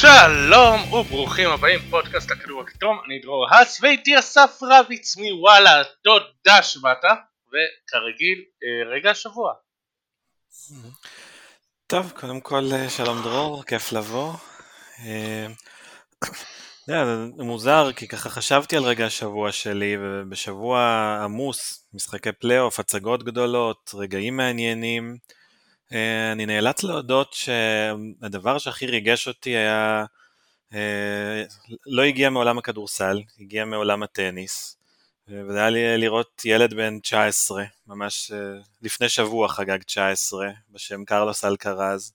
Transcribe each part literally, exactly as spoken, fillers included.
שלום וברוכים הבאים, פודקאסט הכדור הכתום. אני דרור האס ואיתי אסף רביץ מוואלה. תודה שבאת, וכרגיל רגע השבוע. טוב, קודם כל שלום דרור, כיף לבוא. זה מוזר כי ככה חשבתי על רגע השבוע שלי, ובשבוע עמוס, משחקי פלייאוף, הצגות גדולות, רגעים מעניינים. אני נאלץ להודות שהדבר שהכי ריגש אותי היה, לא הגיע מעולם הכדורסל, הגיע מעולם הטניס. וזה היה לי לראות ילד בן תשע עשרה, ממש לפני שבוע חגג תשע עשרה, בשם קרלוס אלקרז.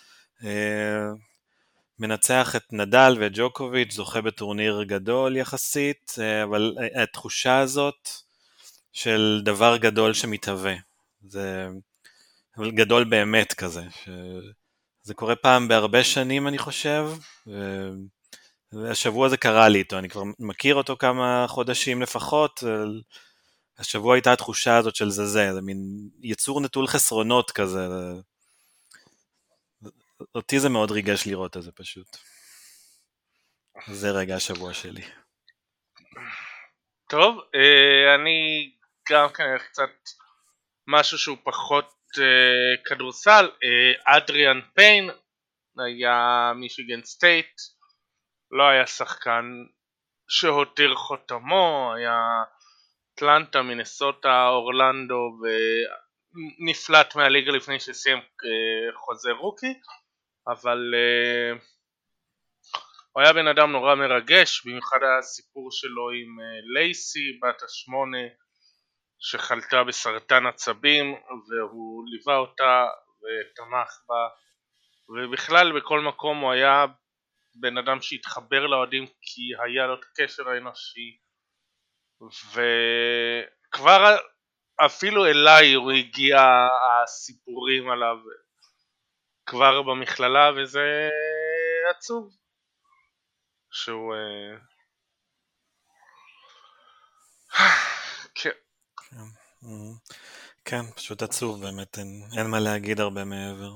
מנצח את נדל ואת ג'וקוביץ', זוכה בטורניר גדול יחסית, אבל התחושה הזאת של דבר גדול שמתהווה, זה גדול באמת כזה, זה קורה פעם בהרבה שנים אני חושב, והשבוע זה קרה לי איתו, אני כבר מכיר אותו כמה חודשים לפחות, השבוע הייתה התחושה הזאת של זה זה, זה מין יצור נטול חסרונות כזה, אותי זה מאוד ריגש לראות את זה פשוט. זה רגע השבוע שלי. טוב, אני גם כנראה קצת משהו שהוא פחות כדורסל. אדריאן פיין היה מישיגן סטייט, לא היה שחקן שהותיר חותמו, היה אטלנטה, מינסוטה, אורלנדו, ונפלט מהליגה לפני שסיים חוזה רוקי, אבל uh, הוא היה בן אדם נורא מרגש, במיוחד הסיפור שלו עם uh, לייסי, בת השמונה, שחלתה בסרטן עצבים, והוא ליווה אותה ותמך בה, ובכלל בכל מקום הוא היה בן אדם שהתחבר לאוהדים כי היה לו את הקשר האנושי, וכבר אפילו אליי הוא הגיע הסיפורים עליו כבר במכללה, וזה עצוב שהוא כן כן, פשוט עצוב באמת, אין, אין מה להגיד הרבה מעבר.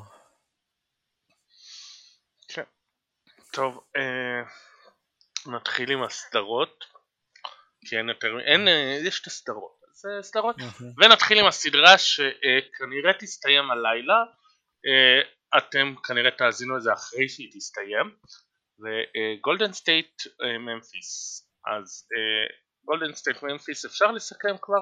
כן. טוב, אה, נתחיל עם הסדרות, כי אין יותר, אין, יש את הסדרות, אז סדרות, ונתחיל עם הסדרה שכנראה תסתיים הלילה, אתם כנראה תאזינו לזה אחרי שהיא תסתיים, וגולדן סטייט ממפיס. אז גולדן סטייט ממפיס אפשר לסכם כבר?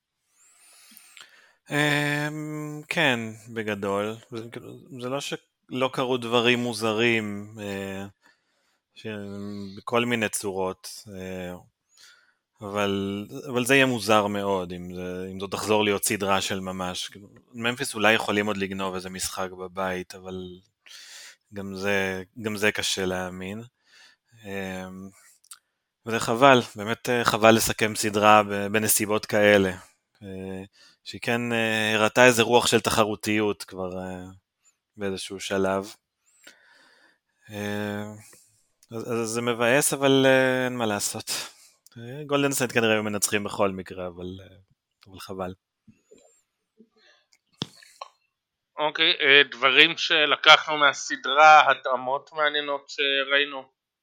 כן, בגדול. זה לא שלא קרו דברים מוזרים בכל מיני צורות, אבל, אבל זה יהיה מוזר מאוד אם, זה, אם זו תחזור להיות סדרה של ממש. ממפיס אולי יכולים עוד לגנוב איזה משחק בבית, אבל גם זה, גם זה קשה להאמין. וזה חבל, באמת חבל לסכם סדרה בנסיבות כאלה, שהיא כן הראתה איזה רוח של תחרותיות כבר באיזשהו שלב. אז זה מבאס, אבל אין מה לעשות. גולדן סטייט כנראה היו מנצחים בכל מקרה, אבל, אבל חבל. אוקיי, דברים שלקחנו מהסדרה, התאמות מעניינות שראינו.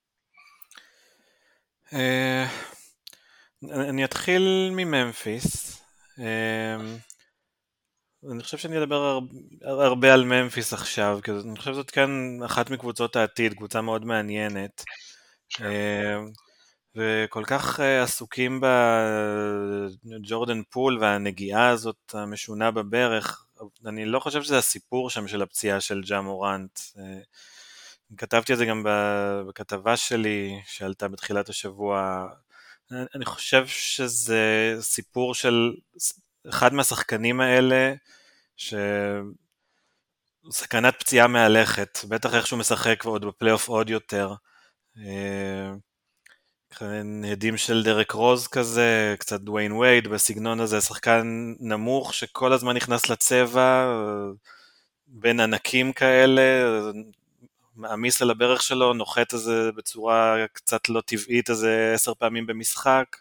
אני אתחיל מממפיס. אני חושב שאני אדבר הרבה על ממפיס עכשיו, כי אני חושב שזאת כאן אחת מקבוצות העתיד, קבוצה מאוד מעניינת. וכל כך עסוקים בג'ורדן פול והנגיעה הזאת המשונה בברך, אני לא חושב שזה הסיפור שם של הפציעה של ג'ה מורנט. כתבתי את זה גם בכתבה שלי שעלתה בתחילת השבוע. אני חושב שזה סיפור של אחד מהשחקנים האלה שסכנת פציעה מהלכת, בטח איך שהוא משחק ועוד בפלייאוף עוד יותר. עדים של דרק רוז כזה, קצת דוויין וייד בסגנון הזה, שחקן נמוך שכל הזמן נכנס לצבע, בין ענקים כאלה, מעמיס על הברך שלו, נוחת איזה בצורה קצת לא טבעית איזה עשר פעמים במשחק.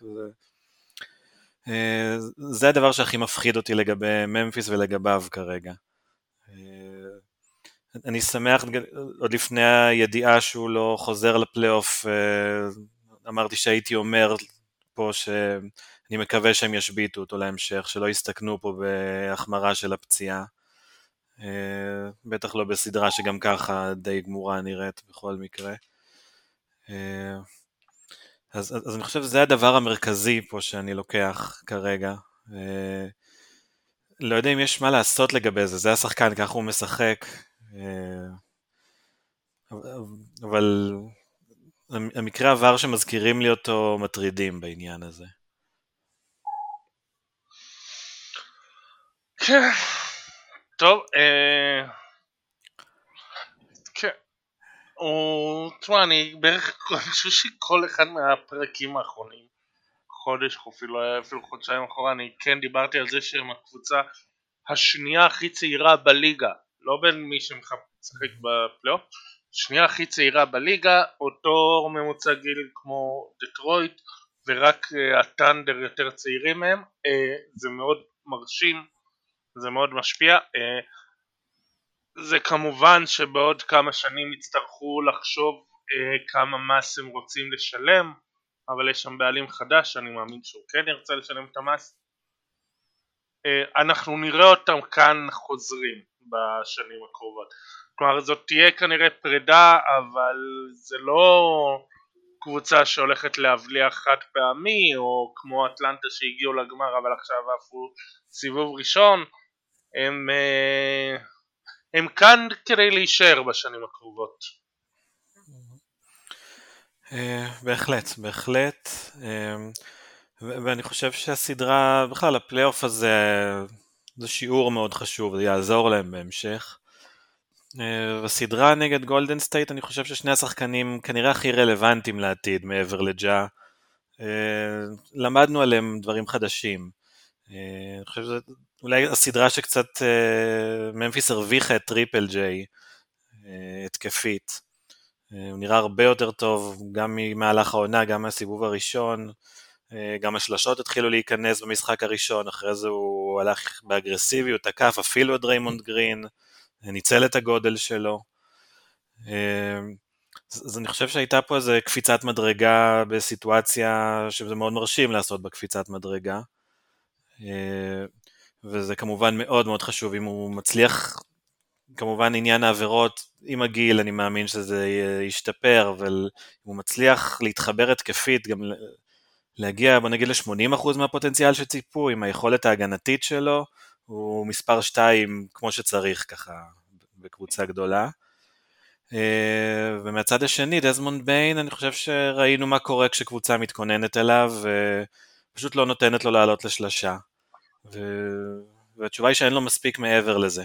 זה הדבר שהכי מפחיד אותי לגבי ממפיס ולגביו כרגע. אני שמח, עוד לפני הידיעה שהוא לא חוזר לפלייאוף, אמרתי שהייתי אומר פה שאני מקווה שהם ישביטו אותו להמשך, שלא יסתכנו פה בהחמרה של הפציעה. בטח לא בסדרה שגם ככה די גמורה נראית בכל מקרה. אז, אז אני חושב שזה הדבר המרכזי פה שאני לוקח כרגע. לא יודע אם יש מה לעשות לגבי זה, זה השחקן, ככה הוא משחק. אבל המקרה עבר שמזכירים לי אותו מטרידים בעניין הזה. כן, טוב, אה... כן, הוא, תשמע, אני בערך, אני חושב שכל אחד מהפרקים האחרונים, חודש, אפילו, אפילו חודשיים אחורה, אני כן דיברתי על זה שהם הקבוצה השנייה הכי צעירה בליגה, לא בין מי שמשחק בפלייאוף, שנייה הכי צעירה בליגה, אותו ממוצע גיל כמו דטרויט, ורק uh, הטנדר יותר צעירים מהם, uh, זה מאוד מרשים, זה מאוד משפיע. uh, זה כמובן שבעוד כמה שנים יצטרכו לחשוב uh, כמה מס הם רוצים לשלם, אבל יש שם בעלים חדש, אני מאמין שהוא כן ירצה לשלם את המס. uh, אנחנו נראה אותם כאן חוזרים בשנים הקרובות, כלומר זאת תהיה כנראה פרידה, אבל זה לא קבוצה שהולכת להבליח חד פעמי, או כמו אטלנטה שהגיעו לגמר אבל עכשיו עפו סיבוב ראשון. הם, הם כאן כדי להישאר בשנים הקרובות. בהחלט, בהחלט. ואני חושב שהסדרה, בכלל הפלייאוף הזה, זה שיעור מאוד חשוב, זה יעזור להם בהמשך. בסדרה נגד גולדן סטייט אני חושב ששני השחקנים כנראה הכי רלוונטיים לעתיד מעבר לג'ה. למדנו עליהם דברים חדשים. אני חושב שזה אולי הסדרה שקצת ממפיס הרוויחה את טריפל ג'יי התקפית. הוא נראה הרבה יותר טוב גם ממהלך העונה, גם מהסיבוב הראשון, גם השלשות התחילו להיכנס במשחק הראשון, אחרי זה הוא הלך באגרסיביות, תקף אפילו את ריימונד גרין, ניצל את הגודל שלו. אז אני חושב שהייתה פה איזו קפיצת מדרגה בסיטואציה שזה מאוד מרשים לעשות בקפיצת מדרגה, וזה כמובן מאוד מאוד חשוב אם הוא מצליח, כמובן עניין העבירות עם הגיל אני מאמין שזה ישתפר, אבל אם הוא מצליח להתחבר התקפית, גם להגיע בוא נגיד ל-שמונים אחוז מהפוטנציאל שציפו, עם היכולת ההגנתית שלו, הוא מספר שתיים כמו שצריך ככה בקבוצה גדולה. ומהצד השני דזמונד ביין, אני חושב שראינו מה קורה כשקבוצה מתכוננת אליו ופשוט לא נותנת לו לעלות לשלשה, והתשובה היא שאין לו מספיק מעבר לזה,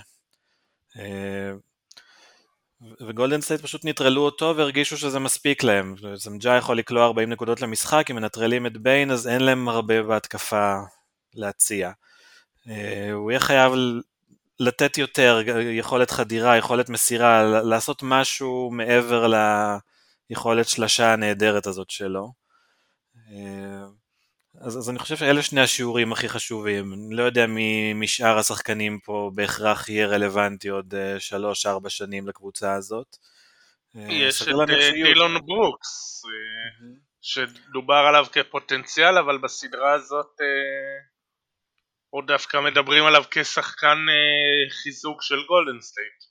וגולדן סטייט פשוט נטרלו אותו והרגישו שזה מספיק להם. זמג'ה יכול לקלוע ארבעים נקודות למשחק, אם מנטרלים את ביין אז אין להם הרבה בהתקפה להציע. הוא יהיה חייב לתת יותר, יכולת חדירה, יכולת מסירה, לעשות משהו מעבר ליכולת שלשה הנהדרת הזאת שלו. אז, אז אני חושב שאלה שני השיעורים הכי חשובים. אני לא יודע מי משאר השחקנים פה בהכרח יהיה רלוונטי עוד שלוש ארבע שנים לקבוצה הזאת. יש את דילון ברוקס, שדובר עליו כפוטנציאל, אבל בסדרה הזאת עוד דווקא מדברים עליו כשחקן חיזוק של גולדן סטייט.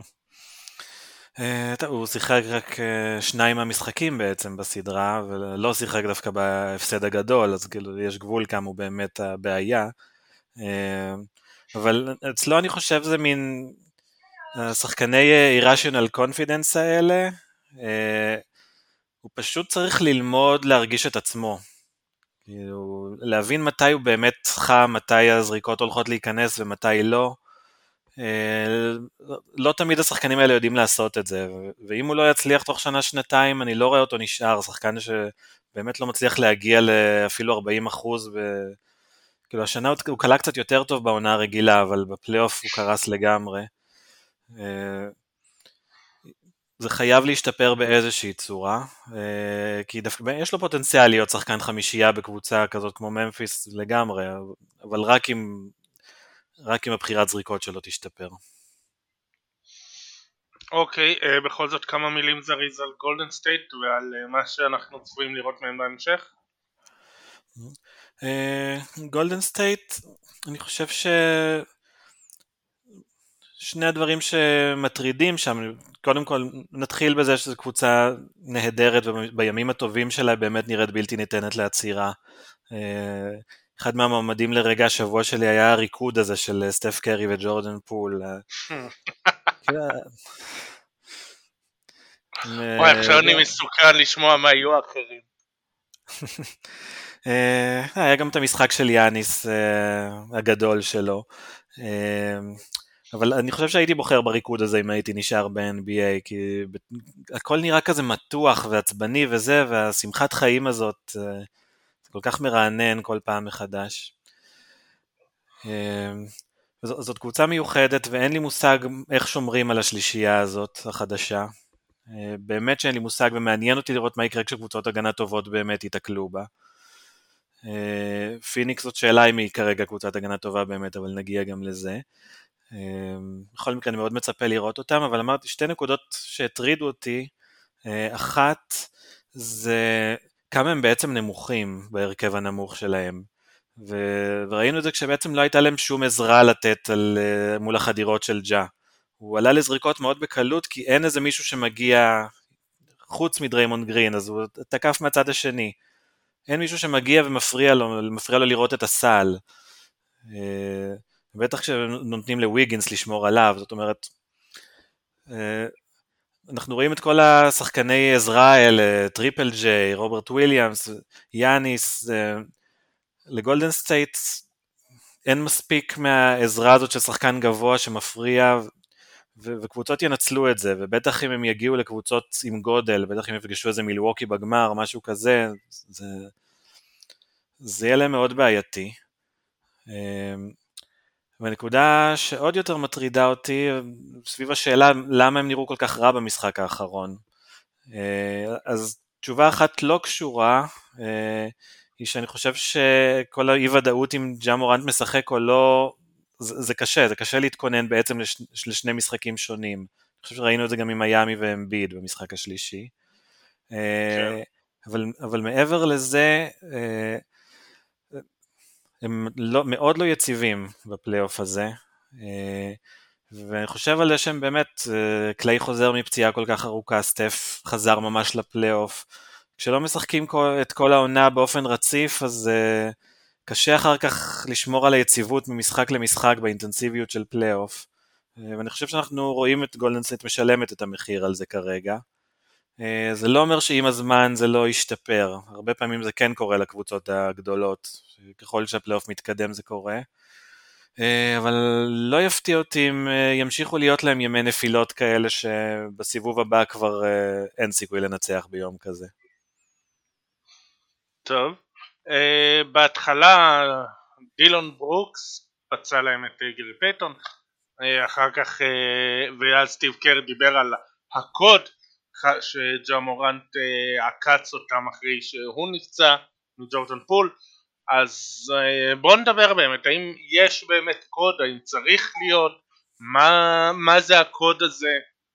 הוא שיחק רק שניים מהמשחקים בעצם בסדרה, ולא שיחק דווקא בהפסד הגדול, אז כאילו יש גבול כמה הוא באמת הבעיה. אבל אצלו אני חושב זה מין שחקני irrational confidence האלה, הוא פשוט צריך ללמוד להרגיש את עצמו. כאילו, להבין מתי הוא באמת חם, מתי הזריקות הולכות להיכנס ומתי לא. לא תמיד השחקנים האלה יודעים לעשות את זה, ואם הוא לא יצליח תוך שנה שנתיים אני לא רואה אותו נשאר, שחקן שבאמת לא מצליח להגיע לאפילו ארבעים אחוז, כאילו השנה הוא קלה קצת יותר טוב בעונה הרגילה, אבל בפלייאוף הוא קרס לגמרי. זה חייב להשתפר באיזושהי צורה, כי דווקא יש לו פוטנציאל להיות שחקן חמישייה בקבוצה כזאת כמו ממפיס לגמרי, אבל רק אם רק אם הבחירת זריקות שלו תשתפר. אוקיי, uh, בכל זאת כמה מילים זריז על גולדן סטייט ועל uh, מה שאנחנו צפויים לראות מהם בהמשך. גולדן סטייט, אני חושב ששני הדברים שמטרידים שם, קודם כל נתחיל בזה שזו קבוצה נהדרת ובימים הטובים שלה באמת נראית בלתי ניתנת לעצירה. אחד מהמועמדים לרגע השבוע שלי היה הריקוד הזה של סטף קרי וג'ורדן פול. וואי, עכשיו אני מסוכן לשמוע מה יהיו האחרים. היה גם את המשחק של יאניס הגדול שלו, אבל אני חושב שהייתי בוחר בריקוד הזה אם הייתי נשאר ב-אן בי איי, כי הכל נראה כזה מתוח ועצבני וזה, והשמחת חיים הזאת, זה כל כך מרענן כל פעם מחדש. זאת קבוצה מיוחדת ואין לי מושג איך שומרים על השלישייה הזאת החדשה. באמת שאין לי מושג ומעניין אותי לראות מה יקרה כשקבוצות הגנה טובות באמת יתקלו בה. פיניקס זאת שאלה אם היא כרגע קבוצת הגנה טובה באמת, אבל נגיע גם לזה. בכל מקרה אני מאוד מצפה לראות אותם, אבל אמרתי שתי נקודות שהטרידו אותי. אחת זה כמה הם בעצם נמוכים בהרכב הנמוך שלהם, וראינו את זה כשבעצם לא הייתה להם שום עזרה לתת על, מול החדירות של ג'ה. הוא עלה לזריקות מאוד בקלות, כי אין איזה מישהו שמגיע חוץ מדריימונד גרין, אז הוא תקף מהצד השני. אין מישהו שמגיע ומפריע לו, מפריע לו לראות את הסל. בטח כשנותנים לוויגינס לשמור עליו, זאת אומרת, אנחנו רואים את כל השחקני עזרה האלה, טריפל ג'יי, רוברט וויליאמס, יאניס, לגולדן סטייט, אין מספיק מהעזרה הזאת של שחקן גבוה שמפריע, וקבוצות ינצלו את זה, ובטח אם הם יגיעו לקבוצות עם גודל, בטח אם יפגשו איזה מילווקי בגמר, משהו כזה, זה, זה יהיה להם מאוד בעייתי. והנקודה שעוד יותר מטרידה אותי, סביב השאלה למה הם נראו כל כך רע במשחק האחרון. אז תשובה אחת לא קשורה, היא שאני חושב שכל האי ודאות אם ג'ה מורנט משחק או לא, זה, זה קשה, זה קשה להתכונן בעצם לש, לשני משחקים שונים. אני חושב שראינו את זה גם עם מיאמי ואמביד במשחק השלישי. כן. אבל, אבל מעבר לזה, הם לא, מאוד לא יציבים בפלייאוף הזה, ואני חושב על זה שהם באמת, קליי חוזר מפציעה כל כך ארוכה, סטף חזר ממש לפלייאוף, כשלא משחקים את כל העונה באופן רציף, אז קשה אחר כך לשמור על היציבות ממשחק למשחק באינטנסיביות של פלייאוף, ואני חושב שאנחנו רואים את גולדן סטייט משלמת את המחיר על זה כרגע. זה לא אומר שעם הזמן זה לא ישתפר, הרבה פעמים זה כן קורה לקבוצות הגדולות, ככל שהפלייאוף מתקדם זה קורה, אבל לא יפתיע אותי אם ימשיכו להיות להם ימי נפילות כאלה שבסיבוב הבא כבר אין סיכוי לנצח ביום כזה. טוב, בהתחלה דילון ברוקס פצע להם את גרי פייטון, אחר כך ואז סטיב קר דיבר על הקוד שג'ה מורנט עקץ אותם אחרי שהוא נפצע מג'ורדן פול. אז בואו נדבר באמת, האם יש באמת קוד, האם צריך להיות, מה, מה זה הקוד הזה?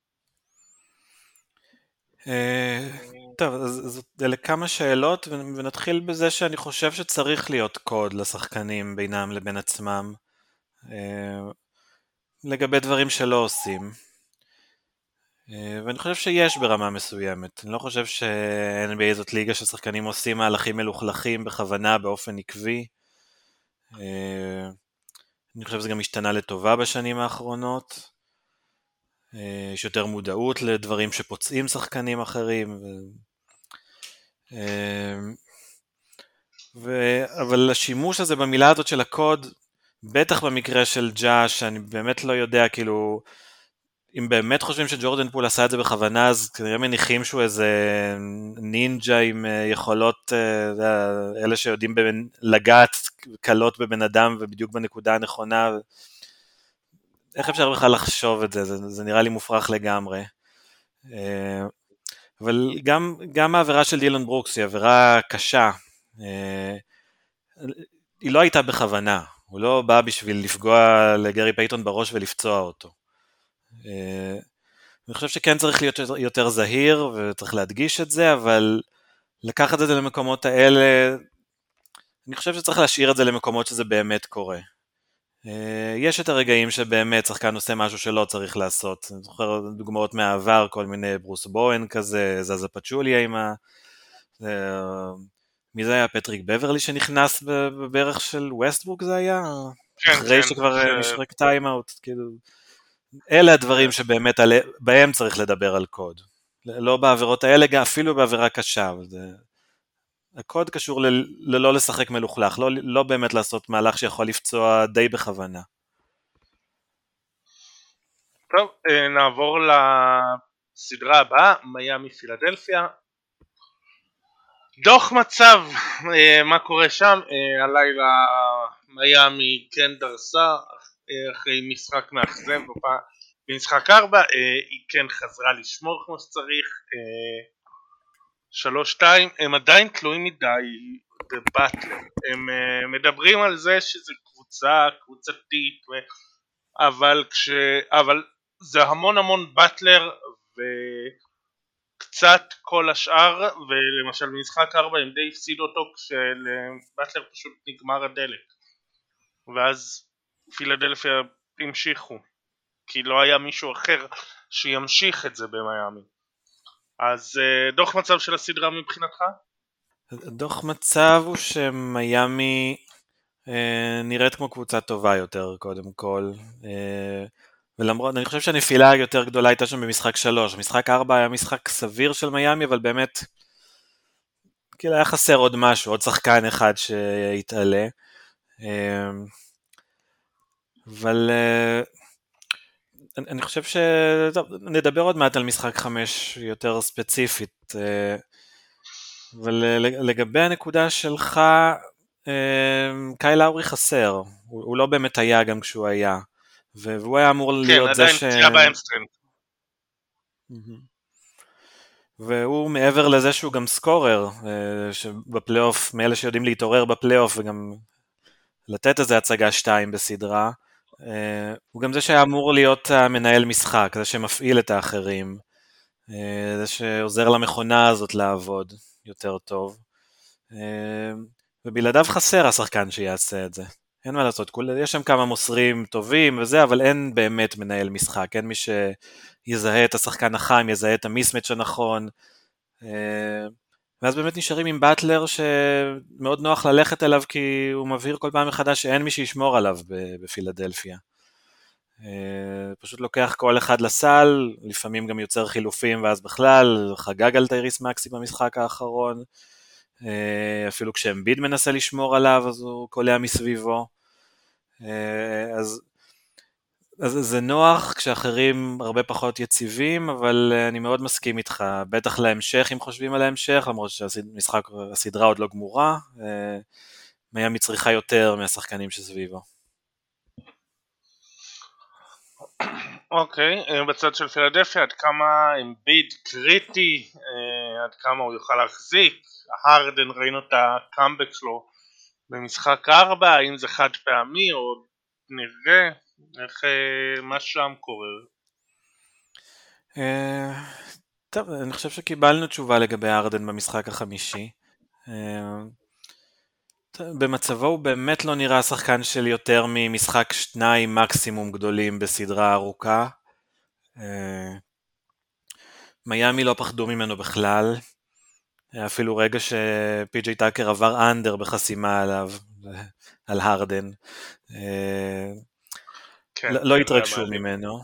טוב, אז אלה כמה שאלות, ונתחיל בזה שאני חושב שצריך להיות קוד לשחקנים בינם לבין עצמם, לגבי דברים שלא עושים. ואני חושב שיש ברמה מסוימת, אני לא חושב ש-אן בי איי זאת ליגה ששחקנים עושים מהלכים מלוכלכים בכוונה באופן עקבי, אני חושב שזה גם השתנה לטובה בשנים האחרונות, יש יותר מודעות לדברים שפוצעים שחקנים אחרים, ו... ו... אבל השימוש הזה במילה הזאת של הקוד, בטח במקרה של ג'ה, שאני באמת לא יודע כאילו, אם באמת חושבים שג'ורדן פול עשה את זה בכוונה, אז כנראה מניחים שהוא איזה נינג'ה עם יכולות, אלה שיודעים לגעת קלות בבן אדם ובדיוק בנקודה הנכונה. איך אפשר בכלל לחשוב את זה? זה, זה נראה לי מופרך לגמרי. אבל גם, גם העבירה של דילון ברוקס היא עבירה קשה. היא לא הייתה בכוונה. הוא לא בא בשביל לפגוע לגרי פייטון בראש ולפצוע אותו. אני חושב שכן צריך להיות יותר זהיר, וצריך להדגיש את זה, אבל לקחת את זה למקומות האלה, אני חושב שצריך להשאיר את זה למקומות שזה באמת קורה. יש את הרגעים שבאמת שחקן עושה משהו שלא צריך לעשות. אני זוכר דוגמאות מהעבר, כל מיני ברוס בואן כזה, זזה פצ'וליה עם ה... מי זה היה? פטריק בברלי שנכנס בברך של ווסטברוק זה היה? כן, אחרי כן, שכבר ש... נשרק טיימאוט, כאילו... אלה הדברים שבאמת עלי... בהם צריך לדבר על קוד. לא בעבירות האלה, אפילו בעבירה קשה. זה... הקוד קשור ל... ללא לשחק מלוכלך, לא, לא באמת לעשות מהלך שיכול לפצוע די בכוונה. טוב, נעבור לסדרה הבאה, מיאמי פילדלפיה. דוח מצב, מה קורה שם, הלילה מיאמי כן דרסה אחרי משחק מאכזב במשחק ארבע, היא כן חזרה לשמור כמו שצריך, שלוש שתיים, הם עדיין תלויים מדי בבטלר, הם מדברים על זה שזה קבוצה, קבוצתית, אבל כש... אבל זה המון המון באטלר וקצת כל השאר, ולמשל במשחק ארבע הם די הפסידו אותו כשלבאטלר פשוט נגמר הדלק, ואז פילדלפיה המשיכו כי לא היה מישהו אחר שימשיך את זה במיאמי. אז דוח מצב של הסדרה מבחינתך? דוח מצב הוא שמיאמי נראית כמו קבוצה טובה יותר קודם כל, ולמרות, אני חושב שהנפילה היותר גדולה הייתה שם במשחק שלוש, משחק ארבע היה משחק סביר של מיאמי, אבל באמת כאילו היה חסר עוד משהו, עוד שחקן אחד שהתעלה, אבל אני חושב ש... טוב, נדבר עוד מעט על משחק חמש יותר ספציפית, אבל לגבי הנקודה שלך, קייל לאורי חסר, הוא, הוא לא באמת היה גם כשהוא היה, והוא היה אמור כן, להיות זה ש... כן, עדיין פציעה באמסטרינג. והוא מעבר לזה שהוא גם סקורר, שבפלייאוף, מאלה שיודעים להתעורר בפלייאוף וגם לתת איזה הצגה שתיים בסדרה, הוא גם זה שהיה אמור להיות המנהל משחק, זה שמפעיל את האחרים, זה שעוזר למכונה הזאת לעבוד יותר טוב, ובלעדיו חסר השחקן שיעשה את זה. אין מה לעשות, יש שם כמה מוסרים טובים וזה, אבל אין באמת מנהל משחק, אין מי שיזהה את השחקן החם, יזהה את המיסמץ' הנכון, ואז באמת נשארים עם באטלר שמאוד נוח ללכת אליו, כי הוא מבהיר כל פעם מחדש שאין מי שישמור עליו בפילדלפיה. פשוט לוקח כל אחד לסל, לפעמים גם יוצר חילופים, ואז בכלל חגג על טייריס מקסי במשחק האחרון, אפילו כשאמביד מנסה לשמור עליו, אז הוא קולע מסביבו. אז, אז זה נוח כשאחרים הרבה פחות יציבים, אבל אני מאוד מסכים איתך, בטח להמשך אם חושבים על ההמשך, למרות שהמשחק, הסדרה עוד לא גמורה, מיאמי צריכה יותר מהשחקנים שסביבו. אוקיי, בצד של פילדלפיה, עד כמה אמביד קריטי, עד כמה הוא יוכל להחזיק, הרדן ראינו את הקאמבק שלו במשחק ארבע, האם זה חד פעמי או נראה, איך מה שם קורה? טוב, אני חושב שקיבלנו תשובה לגבי הרדן במשחק החמישי, במצבו הוא באמת לא נראה שחקן של יותר ממשחק שניים מקסימום גדולים בסדרה ארוכה, מיאמי לא פחדו ממנו בכלל, אפילו רגע שפי ג'יי טאקר עבר אנדר בחסימה עליו, על הרדן, כן, לא התרגשו ממנו,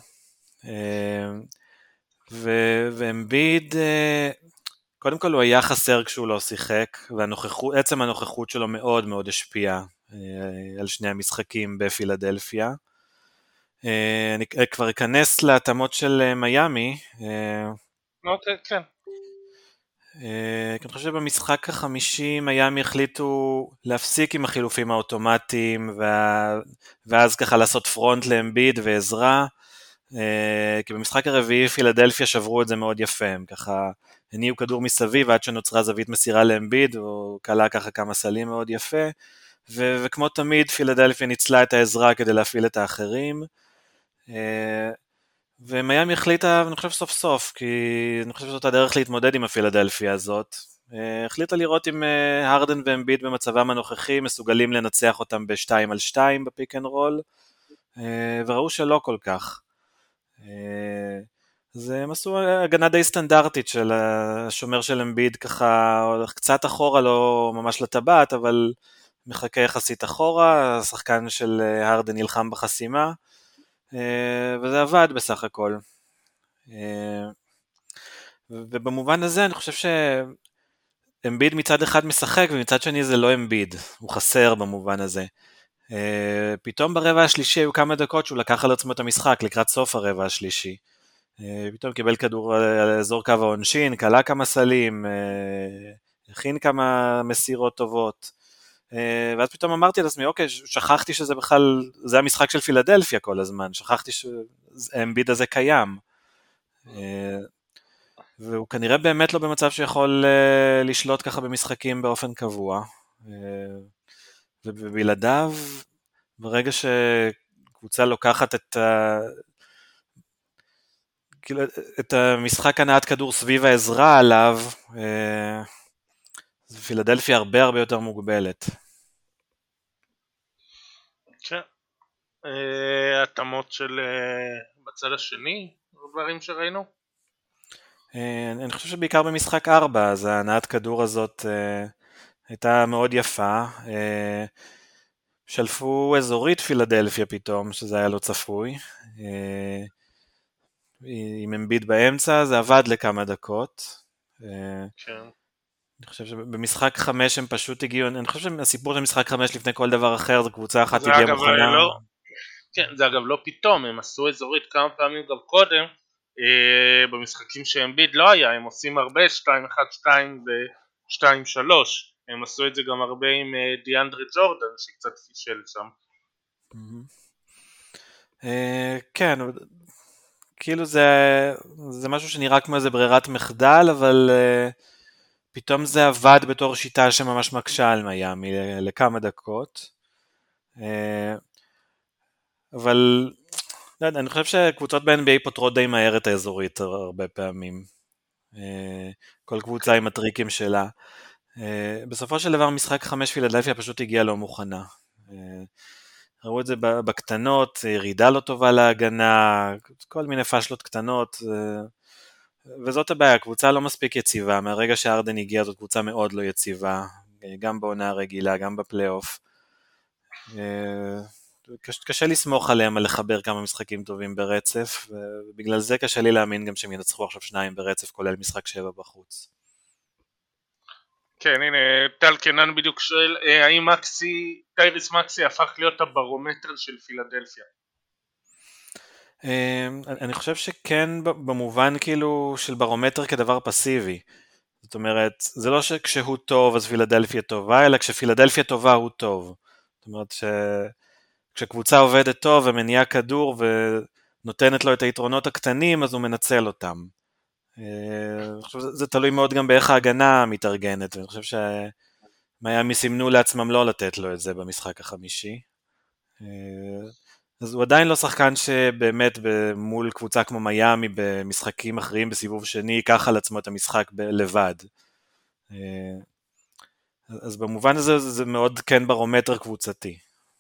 ואמביד, קודם כל הוא היה חסר כשהוא לא שיחק, ועצם הנוכחות שלו מאוד מאוד השפיע על שני המשחקים בפילדלפיה. אני כבר אכנס להתאמות של מיאמי. אוקיי, כן. אני חושב שבמשחק החמישי מיאמי החליטו להפסיק עם החילופים האוטומטיים, ואז ככה לעשות פרונט לאמביד ועזרה, כי במשחק הרביעי פילדלפיה שברו את זה מאוד יפה, הם ככה הניעו כדור מסביב עד שנוצרה זווית מסירה לאמביד, הוא קלה ככה כמה סלים מאוד יפה, ו- וכמו תמיד פילדלפיה ניצלה את העזרה כדי להפעיל את האחרים, ומיאמי החליטה, אני חושב סוף סוף, כי אני חושב שזאת הדרך להתמודד עם הפילדלפיה הזאת, החליטה לראות אם הרדן ואמביד במצבם הנוכחי מסוגלים לנצח אותם בשתיים על שתיים בפיק אנד רול, וראו שלא כל כך. אז הם עשו הגנה די סטנדרטית של השומר של אמביד, ככה הולך קצת אחורה, לא ממש לטבעת, אבל מחכה יחסית אחורה, השחקן של הרדן נלחם בחסימה, וזה עבד בסך הכל. ובמובן הזה אני חושב שאמביד מצד אחד משחק, ומצד שני זה לא אמביד, הוא חסר במובן הזה. פתאום ברבע השלישי היו כמה דקות שהוא לקח על עצמו את המשחק לקראת סוף הרבע השלישי. פתאום קיבל כדור על אזור קו העונשין, קלה כמה סלים, הכין כמה מסירות טובות, ואז פתאום אמרתי לעצמי, אוקיי, שכחתי שזה בכלל, זה המשחק של פילדלפיה כל הזמן, שכחתי שהאמביד הזה קיים, והוא כנראה באמת לא במצב שיכול לשלוט ככה במשחקים באופן קבוע, ובלעדיו, ברגע שקבוצה לוקחת את ה... כאילו, את המשחק הנעת כדור סביב העזרה עליו, פילדלפיה הרבה הרבה יותר מוגבלת. כן. התאמות של בצד השני, דברים שראינו? אני חושב שבעיקר במשחק ארבע, אז הנעת כדור הזאת הייתה מאוד יפה. שלפו אזורית פילדלפיה פתאום, שזה היה לא צפוי. עם אמביד באמצע, זה עבד לכמה דקות. כן. אני חושב שבמשחק חמש הם פשוט הגיעו, אני חושב שהסיפור של משחק חמש לפני כל דבר אחר, זו קבוצה אחת הגיעה מוכנה. לא, כן, זה אגב לא פתאום, הם עשו אזורית כמה פעמים גם קודם, אה, במשחקים שאמביד לא היה, הם עושים הרבה שתיים אחת שתיים ו-שתיים שלוש, הם עשו את זה גם הרבה עם אה, דיאנדרי ג'ורדן שקצת פישל שם. אה, כן, כאילו זה, זה משהו שנראה כמו איזה ברירת מחדל, אבל אה, פתאום זה עבד בתור שיטה שממש מקשה על מיאמי לכמה דקות. אה, אבל אני חושב שקבוצות ב-אן בי איי פותרות די מהר את האזורית הרבה פעמים. כל קבוצה עם הטריקים שלה. בסופו של דבר משחק חמש פילדלפיה פשוט הגיעה לא מוכנה. ראו את זה בקטנות, ירידה לא טובה להגנה, כל מיני פשלות קטנות, וזאת הבעיה, הקבוצה לא מספיק יציבה, מהרגע שהארדן הגיע זאת קבוצה מאוד לא יציבה, גם בעונה הרגילה, גם בפלייאוף. קשה לסמוך עליהם על לחבר כמה משחקים טובים ברצף, ובגלל זה קשה לי להאמין גם שהם ינצחו עכשיו שניים ברצף, כולל משחק שבע בחוץ. כן, הנה, טל קנן בדיוק שואל, האם מקסי, טייריס מקסי הפך להיות הברומטר של פילדלפיה? אני חושב שכן במובן כאילו של ברומטר כדבר פסיבי. זאת אומרת, זה לא שכשהוא טוב אז פילדלפיה טובה, אלא כשפילדלפיה טובה הוא טוב. זאת אומרת ש... כשקבוצה עובדת טוב ומניעה כדור ונותנת לו את היתרונות הקטנים, אז הוא מנצל אותם. אני חושב שזה תלוי מאוד גם באיך ההגנה מתארגנת, ואני חושב שמיאמי סימנו לעצמם לא לתת לו את זה במשחק החמישי. אז הוא עדיין לא שחקן שבאמת מול קבוצה כמו מיאמי במשחקים אחרים בסיבוב שני ייקח על עצמו את המשחק לבד. אז במובן הזה זה מאוד כן ברומטר קבוצתי.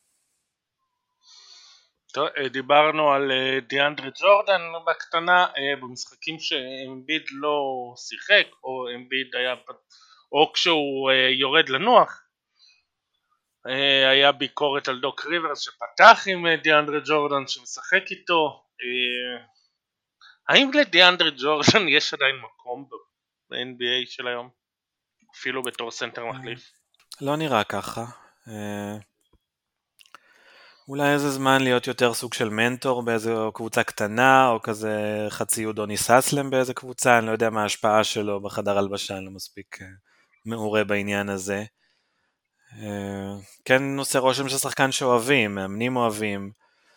טוב, דיברנו על דיאנדרי ג'ורדן בקטנה, במשחקים שאמביד לא שיחק או אמביד היה, או כשהוא יורד לנוח, היה ביקורת על דוק ריברס שפתח עם דיאנדרי ג'ורדן שמשחק איתו. האם לדיאנדרי ג'ורדן יש עדיין מקום ב-אן בי איי של היום? אפילו בתור סנטר מחליף? לא נראה ככה. אולי איזה זמן להיות יותר סוג של מנטור באיזו קבוצה קטנה, או כזה חצי יודוני ססלם באיזה קבוצה, אני לא יודע מה ההשפעה שלו בחדר הלבשה, אני לא מספיק מעורה בעניין הזה. כן עושה רושם של שחקן שאוהבים, מאמנים אוהבים,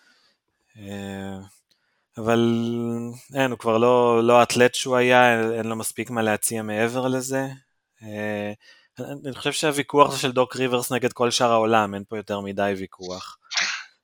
אבל אין, הוא כבר לא, לא האתלט שהוא היה, אין לו מספיק מה להציע מעבר לזה. אני חושב שהוויכוח זה של דוק ריברס נגד כל שאר העולם, אין פה יותר מדי ויכוח.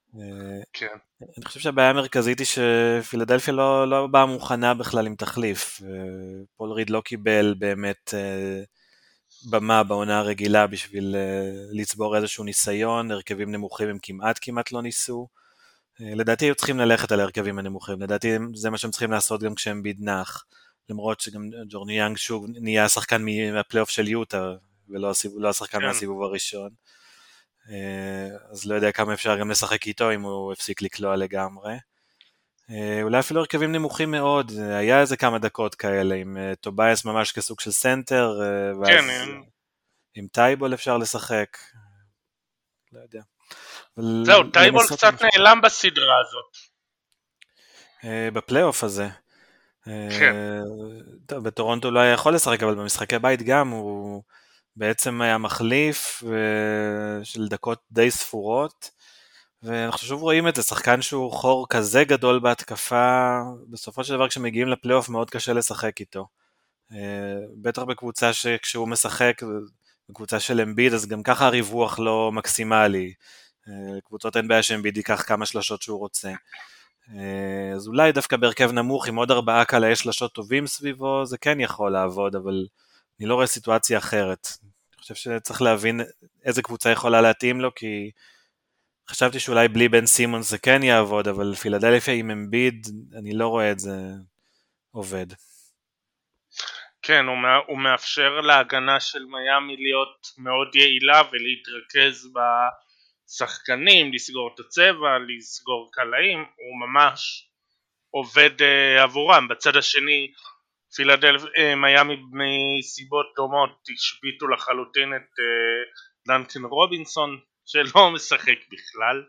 כן. אני חושב שהבעיה המרכזית היא שפילדלפיה לא, לא באה מוכנה בכלל עם תחליף. פול ריד לא קיבל באמת במה בעונה הרגילה בשביל לצבור איזשהו ניסיון, הרכבים נמוכים הם כמעט כמעט לא ניסו. לדעתי היו צריכים ללכת על הרכבים הנמוכים, לדעתי זה מה שהם צריכים לעשות גם כשהם בידנח, למרות שגם ג'ורני יאנג שוב נהיה שחקן מהפלייאוף של יוטה, ולא לא השחקן כן. מהסיבוב הראשון. אז לא יודע כמה אפשר גם לשחק איתו אם הוא הפסיק לקלוע לגמרי. אולי אפילו הרכבים נמוכים מאוד, היה איזה כמה דקות כאלה עם טובייס ממש כסוג של סנטר, ואז כן. עם טייבול אפשר לשחק, לא יודע. זהו, טייבול קצת נעלם בסדרה הזאת. בפלייאוף הזה. כן. טוב, בטורונטו לא היה יכול לשחק, אבל במשחקי בית גם הוא בעצם היה מחליף של דקות די ספורות, ואנחנו שוב רואים את זה, שחקן שהוא חור כזה גדול בהתקפה, בסופו של דבר כשמגיעים לפלייאוף מאוד קשה לשחק איתו. בטח בקבוצה שכשהוא משחק, בקבוצה של אמביד, אז גם ככה הריווח לא מקסימלי. קבוצות אין בעיה שאמביד ייקח כמה שלשות שהוא רוצה. אז אולי דווקא בהרכב נמוך עם עוד ארבעה קלעי שלשות טובים סביבו, זה כן יכול לעבוד, אבל אני לא רואה סיטואציה אחרת. אני חושב שצריך להבין איזה קבוצה יכולה להתאים לו, כי חשבתי שאולי בלי בן סימונס זה כן יעבוד, אבל פילדלפיה עם אמביד, אני לא רואה את זה עובד. כן, הוא, הוא מאפשר להגנה של מיאמי להיות מאוד יעילה ולהתרכז בשחקנים, לסגור את הצבע, לסגור קלעים, הוא ממש עובד uh, עבורם. בצד השני, פילדלפיה, מיאמי מסיבות דומות השביטו לחלוטין את uh, דנקן רובינסון, שלא משחק בכלל.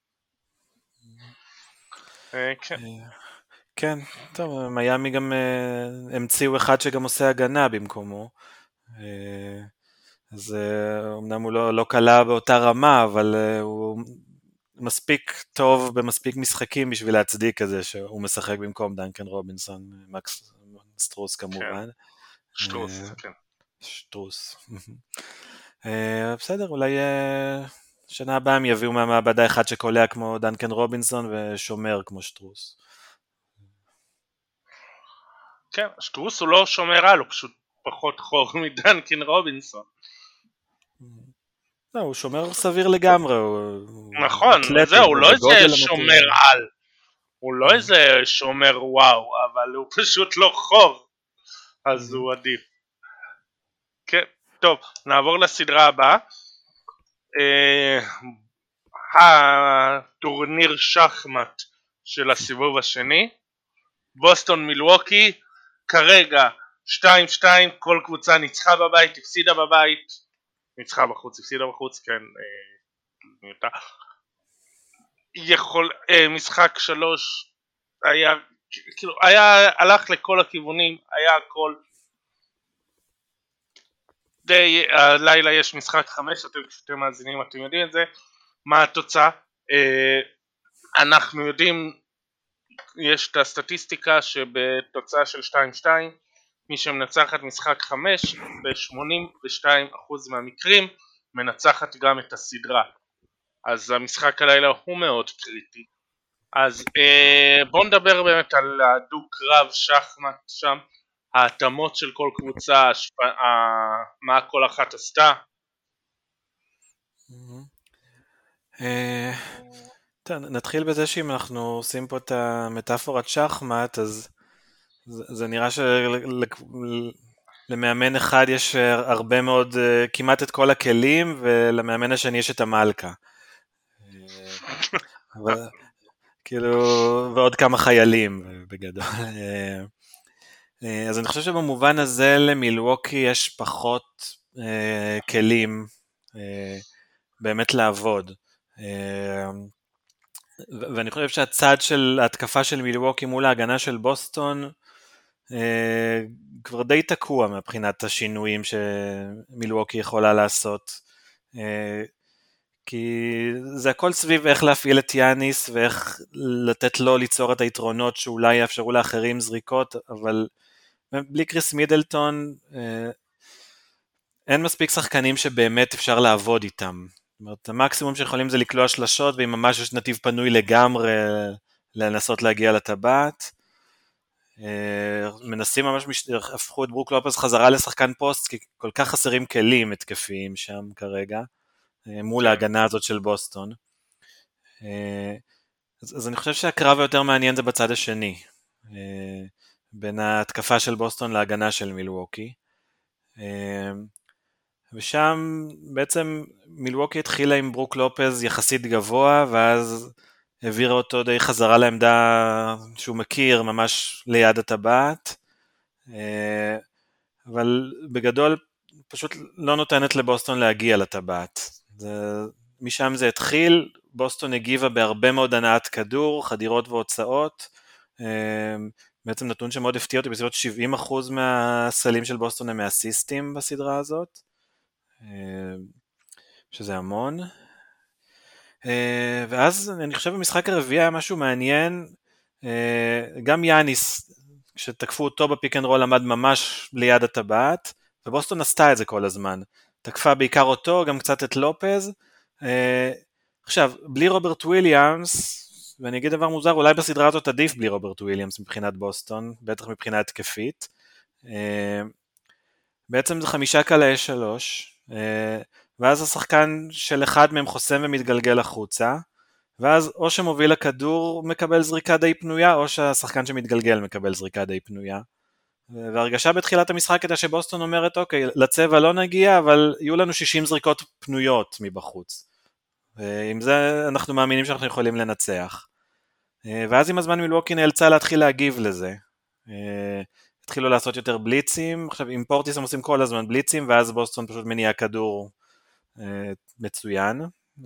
Uh, כן. כן, טוב, מיאמי גם uh, המציאו אחד שגם עושה הגנה במקומו, uh, אז uh, אמנם הוא לא, לא קלה באותה רמה, אבל uh, הוא מספיק טוב במספיק משחקים בשביל להצדיק את זה שהוא משחק במקום דנקן רובינסון, מקס סטרוס כמובן. כן. שטרוס, uh, כן. שטרוס. uh, בסדר, אולי uh, שנה הבאה הם יביאו מהמעבדה אחד שקולע כמו דנקן רובינסון ושומר כמו שטרוס. כן, שטרוס הוא לא שומר על, הוא פשוט פחות חור מדנקן רובינסון. לא, הוא שומר סביר לגמרי. נכון, זהו, הוא לא איזה שומר על. הוא לא איזה שומר וואו, אבל הוא פשוט לא חור. אז הוא עדיף. כן, טוב, נעבור לסדרה הבאה. הטורניר שחמט של הסיבוב השני. בוסטון מילווקי, כרגע שתיים שתיים, כל קבוצה ניצחה בבית, הפסידה בבית, ניצחה בחוץ, הפסידה בחוץ, כן, אה, יכול, אה, משחק שלוש, היה, כאילו, היה, הלך לכל הכיוונים, היה הכל, די, הלילה יש משחק חמש, אתם כשאתם מאזינים, אתם יודעים את זה, מה התוצאה, אה, אנחנו יודעים, יש את הסטטיסטיקה שבתוצאה של שתיים שתיים מי שמנצחת משחק חמש ב-שמונים ושתיים אחוז מהמקרים מנצחת גם את הסדרה, אז המשחק הלילה הוא מאוד קריטי. אז אה, בואו נדבר באמת על הדוק קרב שחמט שם, ההתאמות של כל קבוצה, השפ... אה, מה כל אחת עשתה. אה... נתחיל בזה שאם אנחנו עושים פה את המטאפורת שחמט, אז זה, זה נראה שלמאמן אחד יש הרבה מאוד, כמעט את כל הכלים, ולמאמן השני יש את המלכה. אבל, כאילו, ועוד כמה חיילים בגדול. אז אני חושב שבמובן הזה למילווקי יש פחות כלים באמת לעבוד. ואני חושב שהצד של ההתקפה של מילווקי מול ההגנה של בוסטון אה, כבר די תקוע מבחינת השינויים שמילווקי יכולה לעשות, אה, כי זה הכל סביב איך להפעיל את יאניס ואיך לתת לו ליצור את היתרונות שאולי יאפשרו לאחרים זריקות, אבל בלי קריס מידלטון אה, אין מספיק שחקנים שבאמת אפשר לעבוד איתם. זאת אומרת, המקסימום שיכולים זה לקלוע שלשות, ואם ממש יש נתיב פנוי לגמרי לנסות להגיע לטבעת. מנסים ממש, הפכו את ברוק לופז חזרה לשחקן פוסט, כי כל כך חסרים כלים התקפיים שם כרגע, מול ההגנה הזאת של בוסטון. אז, אז אני חושב שהקרב היותר מעניין זה בצד השני, בין ההתקפה של בוסטון להגנה של מילווקי. ושם בעצם מילווקי התחילה עם ברוק לופז יחסית גבוה, ואז העבירה אותו די חזרה לעמדה שהוא מכיר, ממש ליד הטבעת, אבל בגדול פשוט לא נותנת לבוסטון להגיע לטבעת. זה, משם זה התחיל, בוסטון הגיבה בהרבה מאוד הנעת כדור, חדירות והוצאות, בעצם נתון שמאוד הפתיע אותי, בסביבות שבעים אחוז מהסלים של בוסטון הם מאסיסטים בסדרה הזאת, שזה המון. ואז אני חושב במשחק הרביעי היה משהו מעניין, גם יאניס, כשתקפו אותו בפיק אנד רול עמד ממש ליד הטבעת, ובוסטון עשתה את זה כל הזמן, תקפה בעיקר אותו, גם קצת את לופז. עכשיו, בלי רוברט וויליאמס, ואני אגיד דבר מוזר, אולי בסדרה הזאת עדיף בלי רוברט וויליאמס מבחינת בוסטון, בטח מבחינה התקפית. בעצם זה חמישה קלעי שלוש, ואז השחקן של אחד מהם חוסם ומתגלגל החוצה, ואז או שמוביל הכדור מקבל זריקה די פנויה, או שהשחקן שמתגלגל מקבל זריקה די פנויה. והרגשה בתחילת המשחק הייתה שבוסטון אומרת, אוקיי, לצבע לא נגיע, אבל יהיו לנו שישים זריקות פנויות מבחוץ. ועם זה אנחנו מאמינים שאנחנו יכולים לנצח. ואז עם הזמן מילווקי נאלצה להתחיל להגיב לזה. התחילו לעשות יותר בליצים, עכשיו עם פורטיס הם עושים כל הזמן בליצים, ואז בוסטון פשוט מניע כדור מצוין.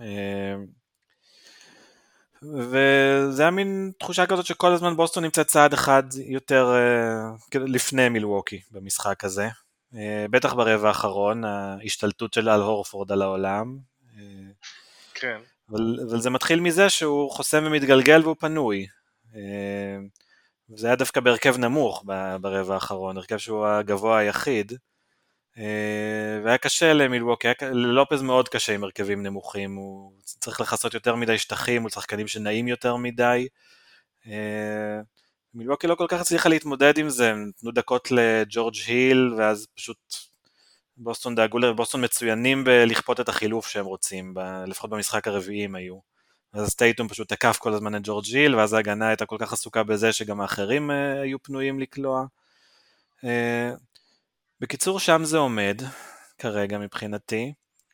וזה היה מין תחושה כזאת שכל הזמן בוסטון נמצא צעד אחד יותר לפני מילווקי במשחק הזה, בטח ברבע האחרון, ההשתלטות של אל הורפורד על העולם. כן. אבל, אבל זה מתחיל מזה שהוא חוסם ומתגלגל והוא פנוי. זה היה דווקא בהרכב נמוך ברבע האחרון, הרכב שהוא הגבוה היחיד, והיה קשה למילווקי, ללופז מאוד קשה עם הרכבים נמוכים, הוא צריך לחסות יותר מדי שטחים, הוא שחקנים שנעים יותר מדי, מילווקי לא כל כך הצליחה להתמודד עם זה, הם נתנו דקות לג'ורג' היל, ואז פשוט בוסטון דאגו, בוסטון מצוינים בלכפות את החילוף שהם רוצים, לפחות במשחק הרביעים היו, אז טייטום פשוט תקף כל הזמן את ג'ורג' היל, ואז ההגנה הייתה כל כך עסוקה בזה שגם האחרים היו פנויים לקלוע. בקיצור, שם זה עומד כרגע מבחינתי,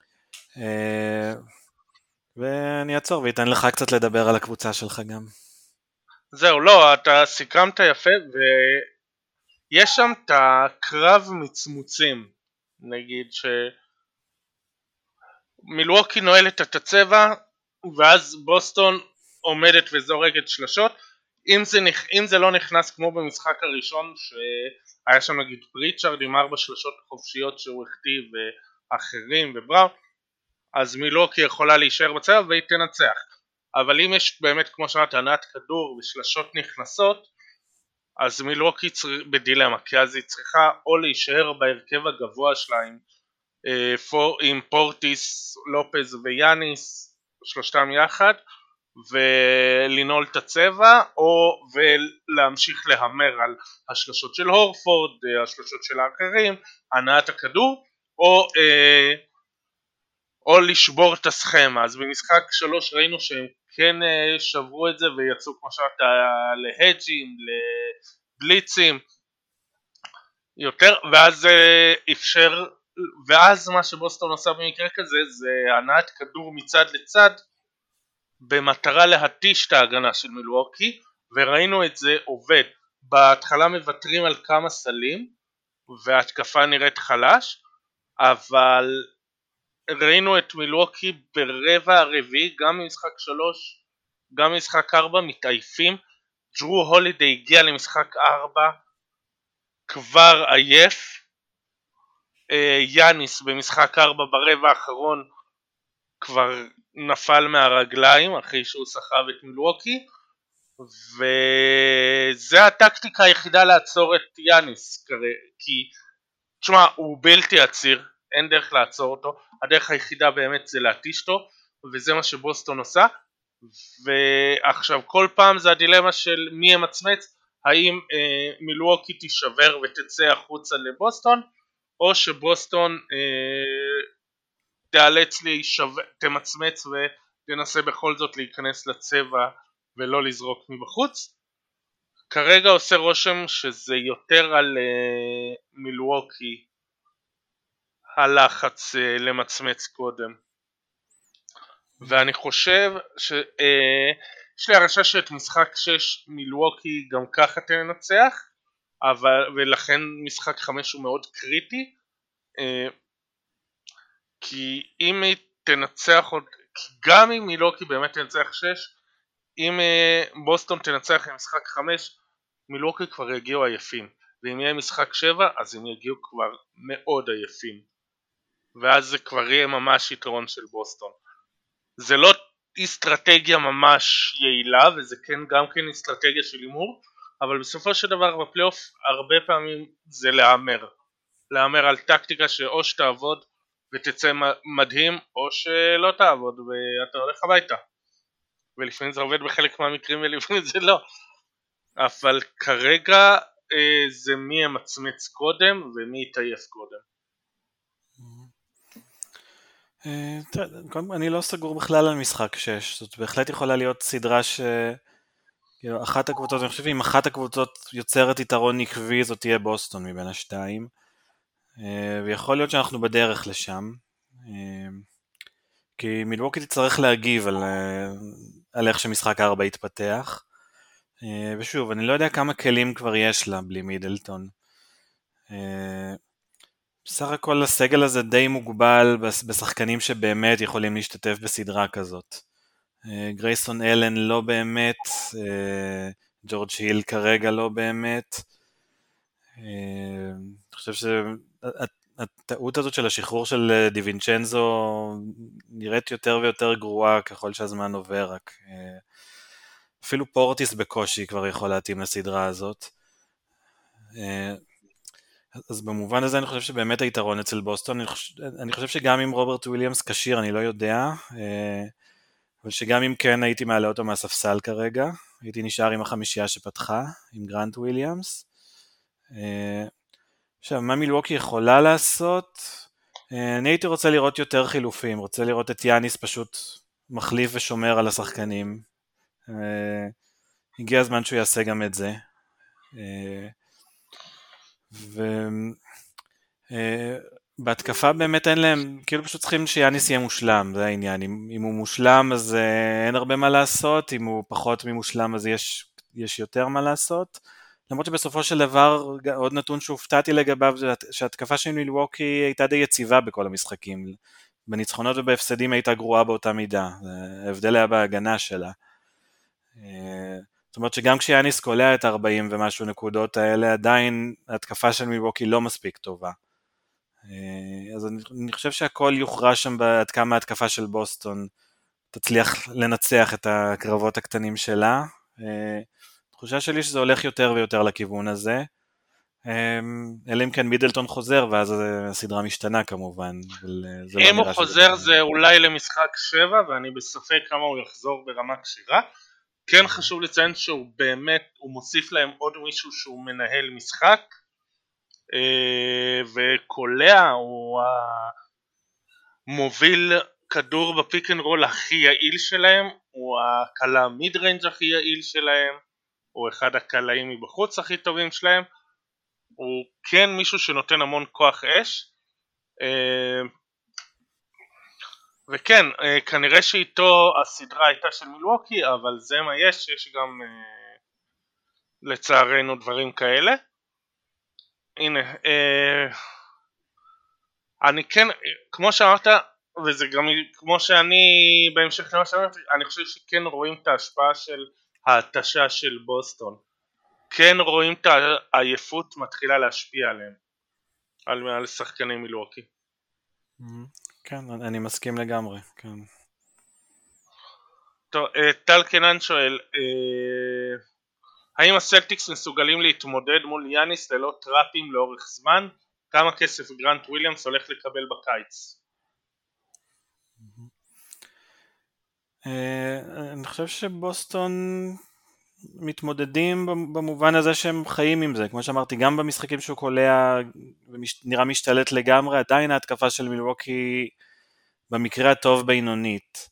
ואני אעצור ואתן לך קצת לדבר על הקבוצה שלך גם. זהו, לא, אתה סיכמת יפה, ויש שם את הקרב מצמוצים, נגיד שמילווקי נועלת את הצבע, ואז בוסטון עומדת וזורגת שלשות, אם זה, נכ... אם זה לא נכנס כמו במשחק הראשון שהיה שם נגיד פריצ'ארד עם ארבע שלשות חופשיות שהוא הכתיב ואחרים ובראו, אז מילווקי יכולה להישאר בצבע והיא תנצח. אבל אם יש באמת כמו שאמרת הנעת כדור ושלשות נכנסות, אז מילווקי צר... בדילמה, כי אז היא צריכה או להישאר בהרכב הגבוה שלה עם, אה, פור... עם פורטיס, לופז ויאניס, שלושתם יחד, ולנעול את הצבע או ולהמשיך להמר על השלשות של הורפורד, השלשות של האחרים, הנעת הכדור, או אה, או לשבור את הסכמה. אז במשחק שלוש ראינו שהם כן אה, שברו את זה ויצאו כמו שאתה להג'ים, לבליצים יותר, ואז אה, אפשר, ואז מה שבוסטון עושה במקרה כזה זה הנעת כדור מצד לצד במטרה להתיש את ההגנה של מילווקי, וראינו את זה עובד. בהתחלה מוותרים על כמה סלים וההתקפה נראית חלש, אבל ראינו את מילווקי ברבע הרביעי, גם במשחק שלוש גם במשחק ארבע מתעייפים. ג'רו הולידי הגיע למשחק ארבע כבר עייף, יאניס במשחק ארבע ברבע האחרון כבר נפל מהרגליים אחרי שהוא סחב את מילווקי, וזה הטקטיקה היחידה לעצור את יאניס, כי תשמע, הוא בלתי עציר, אין דרך לעצור אותו, הדרך היחידה באמת זה להתיש אותו, וזה מה שבוסטון עושה. ועכשיו כל פעם זה הדילמה של מי ימצמץ, האם אה, מילווקי תישבר ותצא החוצה לבוסטון, או שבוסטון אה, תיאלץ להישבר, תמצמץ ותנסה בכל זאת להיכנס לצבע ולא לזרוק מבחוץ. כרגע עושה רושם שזה יותר על אה, מילווקי הלחץ אה, למצמץ קודם. ואני חושב ש... אה, יש לי הרגשה שאת משחק שש מילווקי גם ככה תנצח, אבל... ולכן משחק חמש הוא מאוד קריטי, אה, כי אם היא תנצח עוד... גם אם מילווקי באמת תנצח שש, אם אה, בוסטון תנצח עם משחק חמש, מילווקי כבר יגיעו עייפים, ואם יהיה משחק שבע אז הם יגיעו כבר מאוד עייפים, ואז זה כבר יהיה ממש יתרון של בוסטון. זה לא אסטרטגיה ממש יעילה, וזה כן גם כן אסטרטגיה של הימור, אבל בסופו של דבר בפלייאוף הרבה פעמים זה להאמר להאמר על טקטיקה שאו שתעבוד ותצא מדהים, או שלא תעבוד ואתה הולך הביתה, ולפעמים זה עובד בחלק מהמקרים ולפעמים זה לא. אבל כרגע אה, זה מי ימצמץ קודם ומי יתעייף קודם. אני לא סגור בכלל על משחק שש, זאת בהחלט יכולה להיות סדרה ש... אחת הקבוצות, אני חושב שאם אחת הקבוצות יוצרת יתרון עקבי, זאת תהיה בוסטון מבין השתיים, ויכול להיות שאנחנו בדרך לשם, כי מילווקי תצטרך להגיב על, על איך שמשחק ארבע יתפתח, ושוב, אני לא יודע כמה כלים כבר יש לה בלי מידלטון. בסך הכל הסגל הזה די מוגבל בשחקנים שבאמת יכולים להשתתף בסדרה כזאת. גרייסון אלן לא באמת, ג'ורג' היל כרגע לא באמת. אני חושב שהטעות הזאת של השחרור של דיווינצ'נזו נראית יותר ויותר גרועה ככל שהזמן עובר, רק אפילו פורטיס בקושי כבר יכול להתאים לסדרה הזאת. אז במובן הזה אני חושב שבאמת היתרון אצל בוסטון, אני חושב, אני חושב שגם אם רוברט וויליאמס כשיר, אני לא יודע, אבל שגם אם כן הייתי מעלה אותו מהספסל כרגע, הייתי נשאר עם החמישייה שפתחה, עם גרנט וויליאמס. עכשיו, מה מילווקי יכולה לעשות? אני הייתי רוצה לראות יותר חילופים, רוצה לראות את יאניס פשוט מחליף ושומר על השחקנים. הגיע הזמן שהוא יעשה גם את זה. ובהתקפה באמת אין להם, כאילו פשוט צריכים שיאניס יהיה מושלם, זה העניין. אם, אם הוא מושלם אז אין הרבה מה לעשות, אם הוא פחות ממושלם אז יש, יש יותר מה לעשות. למרות שבסופו של דבר, עוד נתון שהופתעתי לגביו, שההתקפה של מילווקי הייתה די יציבה בכל המשחקים. בניצחונות ובהפסדים הייתה גרועה באותה מידה. ההבדל היה בהגנה שלה. זאת אומרת שגם כשיאניס קולע את ארבעים ומשהו נקודות האלה, עדיין ההתקפה של מילווקי לא מספיק טובה. אז אני, אני חושב שהכל יוכרע שם עד כמה ההתקפה של בוסטון תצליח לנצח את הקרבות הקטנים שלה. התחושה שלי שזה הולך יותר ויותר לכיוון הזה, אלא אם כן מידלטון חוזר, ואז הסדרה משתנה כמובן. אם הוא חוזר זה אולי למשחק שבע, ואני בספק כמה הוא יחזור ברמה קשירה. כן חשוב לציין שהוא באמת, הוא מוסיף להם עוד מישהו שהוא מנהל משחק, וקולע, הוא המוביל כדור בפיק אנד רול הכי יעיל שלהם, הוא הקלה מיד ריינג' הכי יעיל שלהם, הוא אחד הקלעים מבחוץ הכי טובים שלהם, הוא כן מישהו שנותן המון כוח אש, וכן, כנראה שאיתו הסדרה הייתה של מילווקי, אבל זה מה יש, יש גם לצערנו דברים כאלה. הנה, אני כן, כמו שאמרת, וזה גם כמו שאני בהמשך למה שאמרתי, אני חושב שכן רואים את ההשפעה של ההתשה של בוסטון. כן רואים את העייפות מתחילה להשפיע עליהם, על מעל שחקני מילווקי. כן, אני מסכים לגמרי, כן. טוב, טל קנן שואל, האם הסלטיקס מסוגלים להתמודד מול יאניס ללא טראפים לאורך זמן? כמה כסף גרנט וויליאמס הולך לקבל בקיץ. אני חושב שבוסטון מתמודדים במובן הזה שהם חיים עם זה, כמו שאמרתי, גם במשחקים שהוא קולע ונראה משתלט לגמרי, עדיין ההתקפה של מילווקי במקרה הטוב בינונית.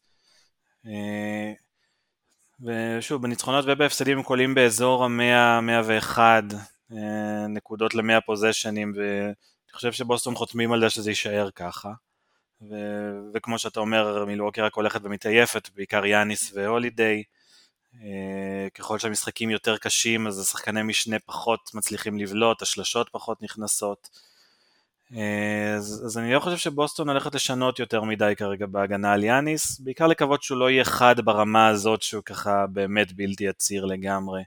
ושוב, בניצחונות ובהפסדים הם קולים באזור ה-מאה מאה ואחת נקודות ל-מאה פוזיישנים, ואני חושב שבוסטון חותמים על זה שזה יישאר ככה. ו- וכמו שאתה אומר, מילווקי רק הולכת ומתעייפת, בעיקר יאניס והולידיי. ככל שהמשחקים יותר קשים, אז השחקני משנה פחות מצליחים לבלוט, השלשות פחות נכנסות. אז, אז אני לא חושב שבוסטון הולכת לשנות יותר מדי כרגע בהגנה על יאניס, בעיקר לקוות שהוא לא יהיה חד ברמה הזאת שהוא ככה באמת בלתי יציר לגמרי.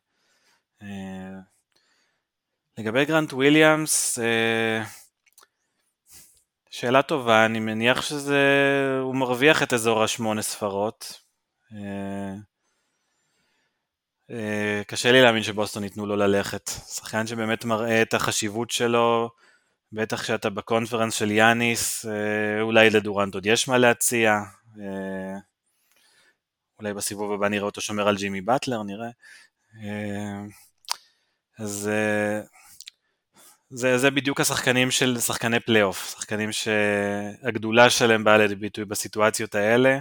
לגבי גרנט וויליאמס, שאלה טובה, אני מניח שזה, הוא מרוויח את אזור השמונה ספרות. קשה לי להאמין שבוסטון ייתנו לו ללכת. שחקן שבאמת מראה את החשיבות שלו, בטח שאתה בקונפרנס של יאניס, אולי לדורנט עוד יש מה להציע, אולי בסיבוב הבא נראה אותו שומר על ג'ימי באטלר, נראה. אז זה, זה בדיוק השחקנים של שחקני פלייאוף, שחקנים שהגדולה שלהם באה לידי ביטוי בסיטואציות האלה,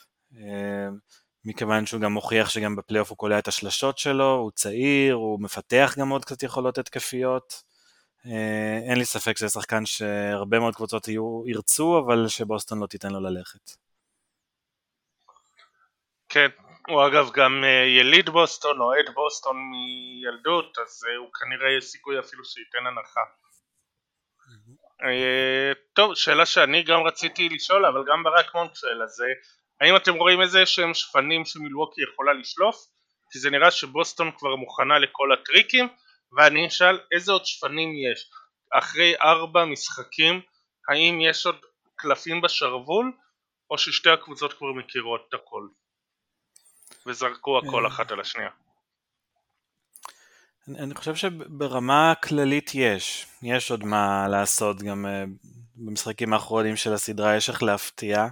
מכיוון שהוא גם מוכיח שגם בפלייאוף הוא קולע את השלשות שלו, הוא צעיר, הוא מפתח גם עוד קצת יכולות התקפיות, אין לי ספק שזה שחקן שהרבה מאוד קבוצות ירצו, אבל שבוסטון לא תיתן לו ללכת. כן, הוא אגב גם יליד בוסטון, אוהד בוסטון מילדות, אז הוא כנראה יש סיכוי אפילו שייתן הנחה. טוב, שאלה שאני גם רציתי לשאול, אבל גם ברק מונק שואל, אז האם אתם רואים איזה שהם שפנים שמילווקי יכולה לשלוף? כי זה נראה שבוסטון כבר מוכנה לכל הטריקים, ואני אשאל איזה עוד שפנים יש אחרי ארבע משחקים, האם יש עוד קלפים בשרוול, או ששתי הקבוצות כבר מכירות את הכל וזרקו הכל אחת על השנייה? אני חושב שברמה כללית יש, יש עוד מה לעשות, גם במשחקים האחרונים של הסדרה יש איך להפתיע.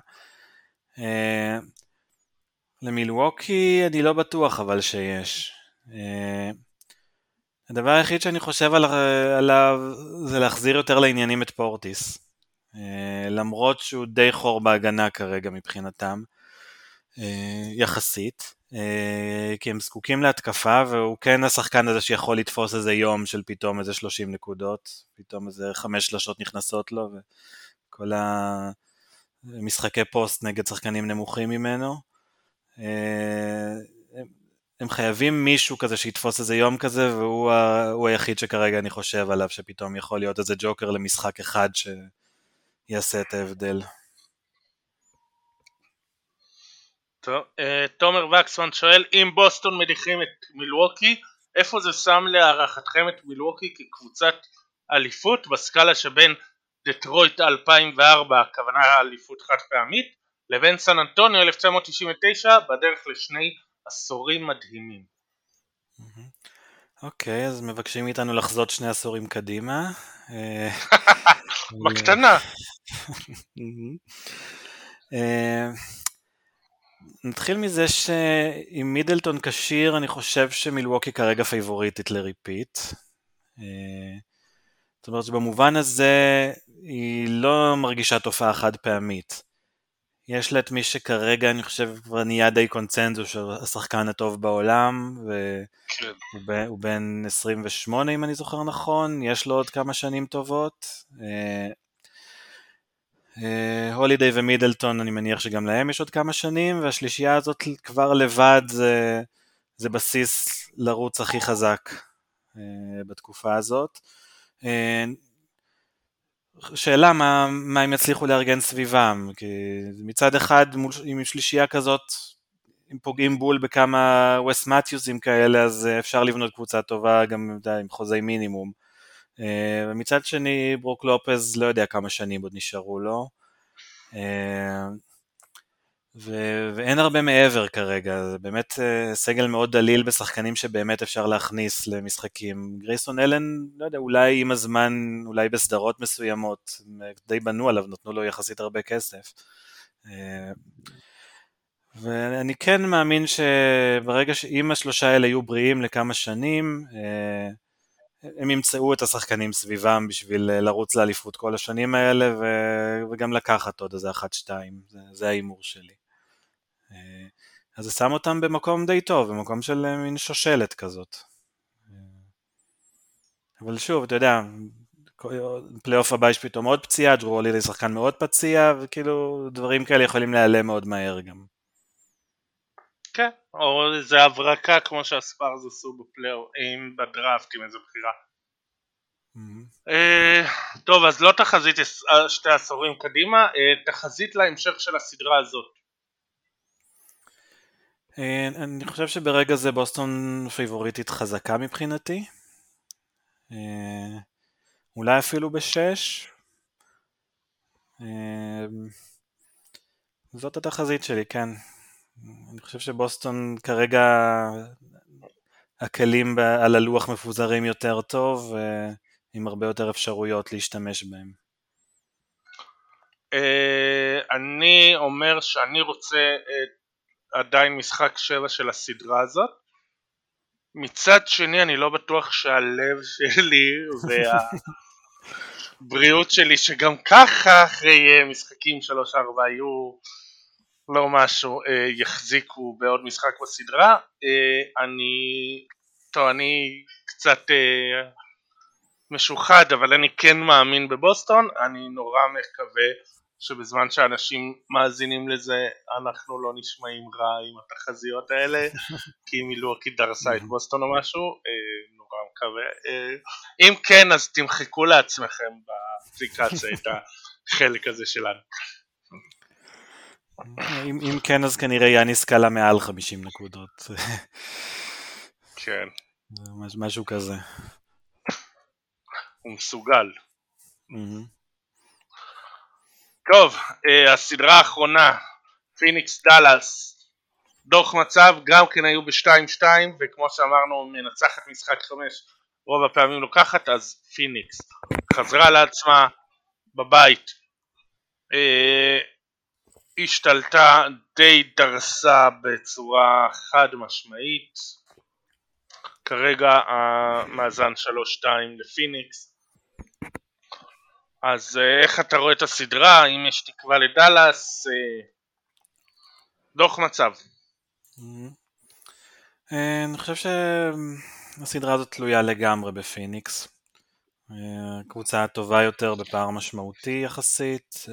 למילווקי אני לא בטוח אבל שיש. הדבר היחיד שאני חושב עליו זה להחזיר יותר לעניינים את פורטיס, למרות שהוא די חור בהגנה כרגע מבחינתם, יחסית, כי הם זקוקים להתקפה, והוא כן השחקן הזה שיכול לתפוס איזה יום של פתאום איזה שלושים נקודות, פתאום איזה חמש שלשות נכנסות לו, וכל המשחקי פוסט נגד שחקנים נמוכים ממנו. הם חייבים מישהו כזה שיתפוס איזה יום כזה, והוא היחיד שכרגע אני חושב עליו, שפתאום יכול להיות איזה ג'וקר למשחק אחד שיעשה את ההבדל. טוב, תומר וקסמן שואל, אם בוסטון מדיחים את מילווקי, איפה זה שם להערכתכם את מילווקי כקבוצת אליפות בסקאלה שבין דטרויט אלפיים וארבע, הכוונה האליפות חד פעמית, לבין סן אנטוניו אלף תשע מאות תשעים ותשע, בדרך לשני עשורים מדהימים? אוקיי, אז מבקשים מאיתנו לחזות שני עשורים קדימה. בקטנה. נתחיל מזה שעם מידלטון קשיר, אני חושב שמילווקי כרגע פייבוריטית לריפיט. זאת אומרת שבמובן הזה היא לא מרגישה תופעה חד פעמית. יש לה את מי שכרגע אני חושב כבר נהיה די קונצנזוס של השחקן הטוב בעולם, והוא בן עשרים ושמונה אם אני זוכר נכון, יש לו עוד כמה שנים טובות. הולידיי ומידלטון אני מניח שגם להם יש עוד כמה שנים, והשלישייה הזאת כבר לבד זה, זה בסיס לרוץ הכי חזק בתקופה הזאת. שאלה מה, מה הם יצליחו לארגן סביבם, כי מצד אחד עם שלישייה כזאת, אם פוגעים בול בכמה ווסט מתיוסים כאלה, אז אפשר לבנות קבוצה טובה גם די, עם חוזי מינימום. ומצד שני ברוק לופז לא יודע כמה שנים עוד נשארו לו, ו- ואין הרבה מעבר כרגע, זה באמת uh, סגל מאוד דליל בשחקנים שבאמת אפשר להכניס למשחקים. גרייסון אלן, לא יודע, אולי עם הזמן, אולי בסדרות מסוימות, די בנו עליו, נתנו לו יחסית הרבה כסף. Uh, ואני כן מאמין שברגע שאם השלושה האלה יהיו בריאים לכמה שנים, uh, הם ימצאו את השחקנים סביבם בשביל לרוץ לאליפות כל השנים האלה, ו- וגם לקחת עוד איזה אחת שתיים, זה, זה האימור שלי. אז זה שם אותם במקום די טוב, במקום של מין שושלת כזאת. אבל שוב, אתה יודע, פלייאוף הבא יש פתאום עוד פציעה, ג'רו הולידי שחקן מאוד פציע, וכאילו דברים כאלה יכולים להיעלם מאוד מהר גם. כן, או איזה הברקה כמו שהספארס עשו בפלייאוף, עם בדראפט עם איזה בחירה. טוב, אז לא תחזית שתי עשורים קדימה, תחזית להמשך של הסדרה הזאת. אני חושב שברגע זה בוסטון פייבוריטית חזקה מבחינתי, אולי אפילו בשש. זאת התחזית שלי, כן. אני חושב שבוסטון כרגע הכלים על הלוח מפוזרים יותר טוב, עם הרבה יותר אפשרויות להשתמש בהם. אני אומר שאני רוצה עדיין משחק שבע של הסדרה הזאת. מצד שני אני לא בטוח שהלב שלי והבריאות שלי שגם ככה אחרי משחקים שלוש ארבע היו לא משהו, יחזיקו בעוד משחק בסדרה. אני טוב, אני קצת משוחד, אבל אני כן מאמין בבוסטון. אני נורא מקווה שבזמן שאנשים מאזינים לזה אנחנו לא נשמעים רע עם התחזיות האלה, כי מילואוקי דרסה את בוסטון או משהו. נורא מקווה. אם כן, אז תמחקו לעצמכם באפליקציה את החלק הזה שלנו. אם, אם כן, אז כנראה יאניס קלה מעל חמישים נקודות. כן. משהו כזה. הוא מסוגל. Mm-hmm. טוב, הסדרה האחרונה, פיניקס דאלאס, דוח מצב, גם כן היו ב-שתיים שתיים, וכמו שאמרנו, מנצחת משחק חמש, רוב הפעמים לוקחת, אז פיניקס חזרה לעצמה בבית, אה, השתלטה, די דרסה בצורה חד משמעית. כרגע המאזן שלוש שתיים לפיניקס. אז איך אתה רואה את הסדרה? אם יש תקווה לדלס? דוח מצב. אני חושב שהסדרה הזאת תלויה לגמרי בפיניקס. קבוצה טובה יותר בפער משמעותי יחסית,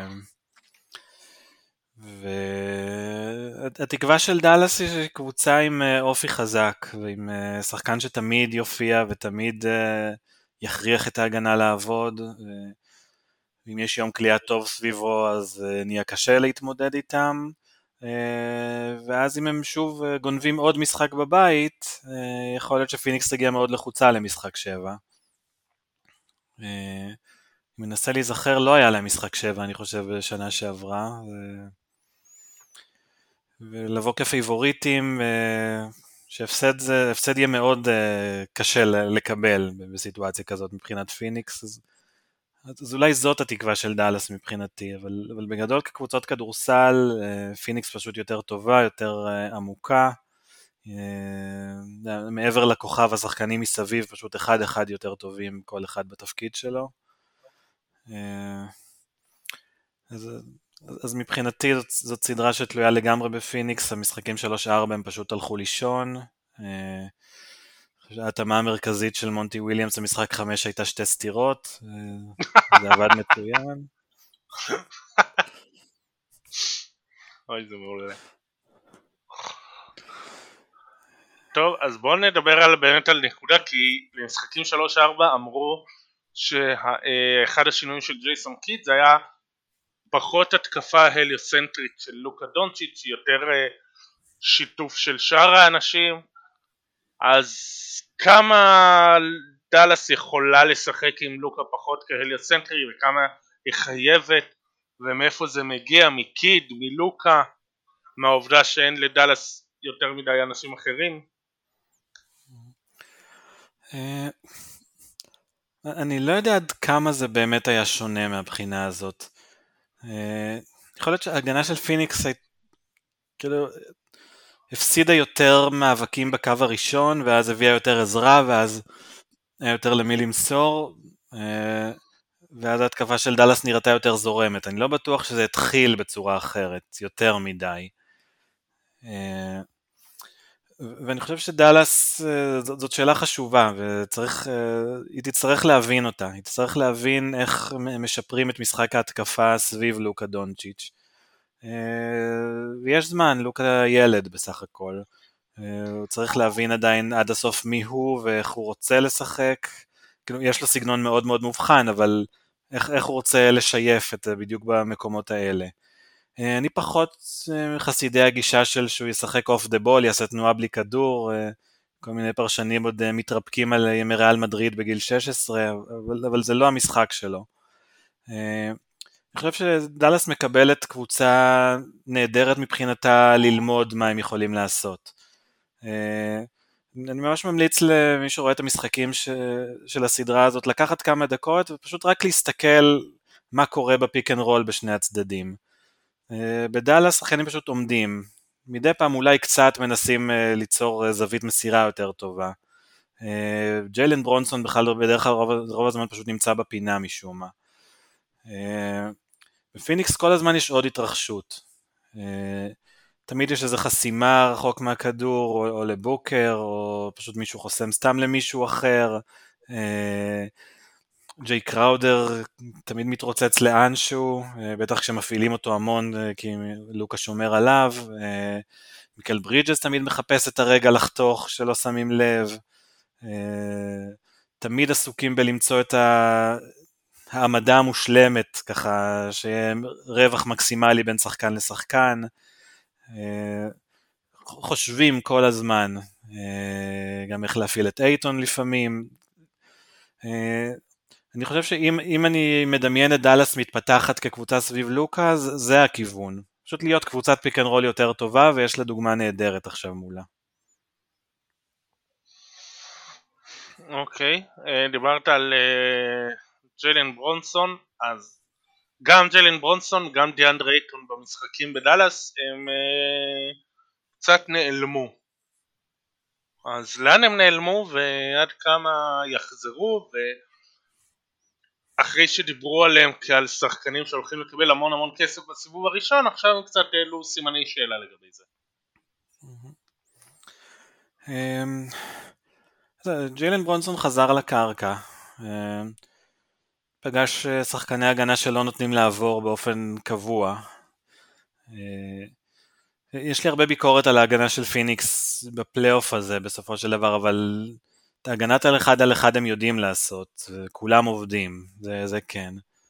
והתקווה של דלס היא קבוצה עם אופי חזק ועם שחקן שתמיד יופיע ותמיד יכריח את ההגנה לעבוד, ואם יש יום קליעה טוב סביבו אז נהיה קשה להתמודד איתם, ואז אם הם שוב גונבים עוד משחק בבית, יכול להיות שפיניקס תגיע מאוד לחוצה למשחק שבע. מנסה להיזכר, לא היה להם משחק שבע אני חושב בשנה שעברה, ולבוא כפייבוריטים, שהפסד זה, הפסד יהיה מאוד קשה לקבל בסיטואציה כזאת מבחינת פיניקס, אז, אז אולי זאת התקווה של דלס מבחינתי, אבל, אבל בגדול כקבוצות כדורסל, פיניקס פשוט יותר טובה, יותר עמוקה, מעבר לכוכב השחקנים מסביב, פשוט אחד אחד יותר טובים, כל אחד בתפקיד שלו. אז, אז מבחינתי זאת, זאת סדרה שתלויה לגמרי בפיניקס, המשחקים שלוש ארבע הם פשוט הלכו לישון. ההתאמה המרכזית של מונטי וויליאמס למשחק חמש הייתה שתי סתירות, זה עבד מצוין. אוי, זה מעולה. טוב, אז בואו נדבר על, באמת על נקודה, כי למשחקים שלוש ארבע אמרו שאחד השינויים של ג'ייסון קיד זה היה פחות התקפה הליוסנטרית של לוקה דונצ'יץ', יותר שיתוף של שאר האנשים. אז כמה דלס יכולה לשחק עם לוקה פחות כהליוסנטרי, וכמה היא חייבת, ומאיפה זה מגיע, מקיד, מלוקה, מהעובדה שאין לדלס יותר מדי אנשים אחרים? אני לא יודע עד כמה זה באמת היה שונה מהבחינה הזאת. יכול להיות שההגנה של פיניקס כאילו הפסידה יותר מאבקים בקו הראשון, ואז הביאה יותר עזרה, ואז היה יותר למי למסור, ואז ההתקפה של דלס נראתה יותר זורמת. אני לא בטוח שזה התחיל בצורה אחרת, יותר מדי. ואני חושב שדלס, זאת שאלה חשובה, וצריך, היא תצטרך להבין אותה, היא תצטרך להבין איך משפרים את משחק ההתקפה סביב לוקה דונצ'יץ'. ויש זמן, לוקה ילד בסך הכל, הוא צריך להבין עדיין עד הסוף מי הוא ואיך הוא רוצה לשחק, יש לו סגנון מאוד מאוד מובחן, אבל איך, איך הוא רוצה לשייף את זה בדיוק במקומות האלה. אני פחות חסידי הגישה של שהוא ישחק אוף דה בול, יעשה תנועה בלי כדור, כל מיני פרשנים עוד מתרפקים על ימי ריאל מדריד בגיל שש עשרה, אבל, אבל זה לא המשחק שלו. אני חושב שדלס מקבלת קבוצה נהדרת מבחינתה ללמוד מה הם יכולים לעשות. אני ממש ממליץ למי שרואה את המשחקים ש... של הסדרה הזאת, לקחת כמה דקות ופשוט רק להסתכל מה קורה בפיק אנד רול בשני הצדדים. בדלס שחקנים פשוט עומדים, מדי פעם אולי קצת מנסים ליצור זווית מסירה יותר טובה. ג'יילן ברונסון בכלל בדרך כלל רוב, רוב הזמן פשוט נמצא בפינה משום מה. בפיניקס כל הזמן יש עוד התרחשות. תמיד יש איזו חסימה רחוק מהכדור, או, או לבוקר, או פשוט מישהו חוסם סתם למישהו אחר. ג'יי קראודר תמיד מתרוצץ לאנשהו, בטח כשמפעילים אותו המון, כי לוקה שומר עליו. מיקל ברידג'ס תמיד מחפש את הרגע לחתוך שלא שמים לב. תמיד עסוקים בלמצוא את העמדה המושלמת, ככה שיהיה רווח מקסימלי בין שחקן לשחקן. חושבים כל הזמן, גם איך להפעיל את אייטון לפעמים. אני חושב שאם אם אני מדמיין את דלס מתפתחת כקבוצה סביב לוקה, זה הכיוון. פשוט להיות קבוצת פיק אנד רול יותר טובה, ויש לה דוגמה נהדרת עכשיו מולה. אוקיי, דיברת על ג'יילן ברונסון, אז גם ג'יילן ברונסון, גם דיאנדרה אייטון במשחקים בדלס, הם קצת נעלמו. אז לאן הם נעלמו ועד כמה יחזרו, ואחרי שדיברו עליהם כעל שחקנים שהולכים לקבל המון המון כסף בסיבוב הראשון, עכשיו הם קצת העלו סימני שאלה לגבי זה. ג'יילן ברונסון חזר לקרקע, פגש שחקני הגנה שלא נותנים לעבור באופן קבוע. יש לי הרבה ביקורת על ההגנה של פיניקס בפלייאוף הזה בסופו של דבר, אבל את ההגנת על אחד על אחד הם יודעים לעשות, כולם עובדים, זה, זה כן.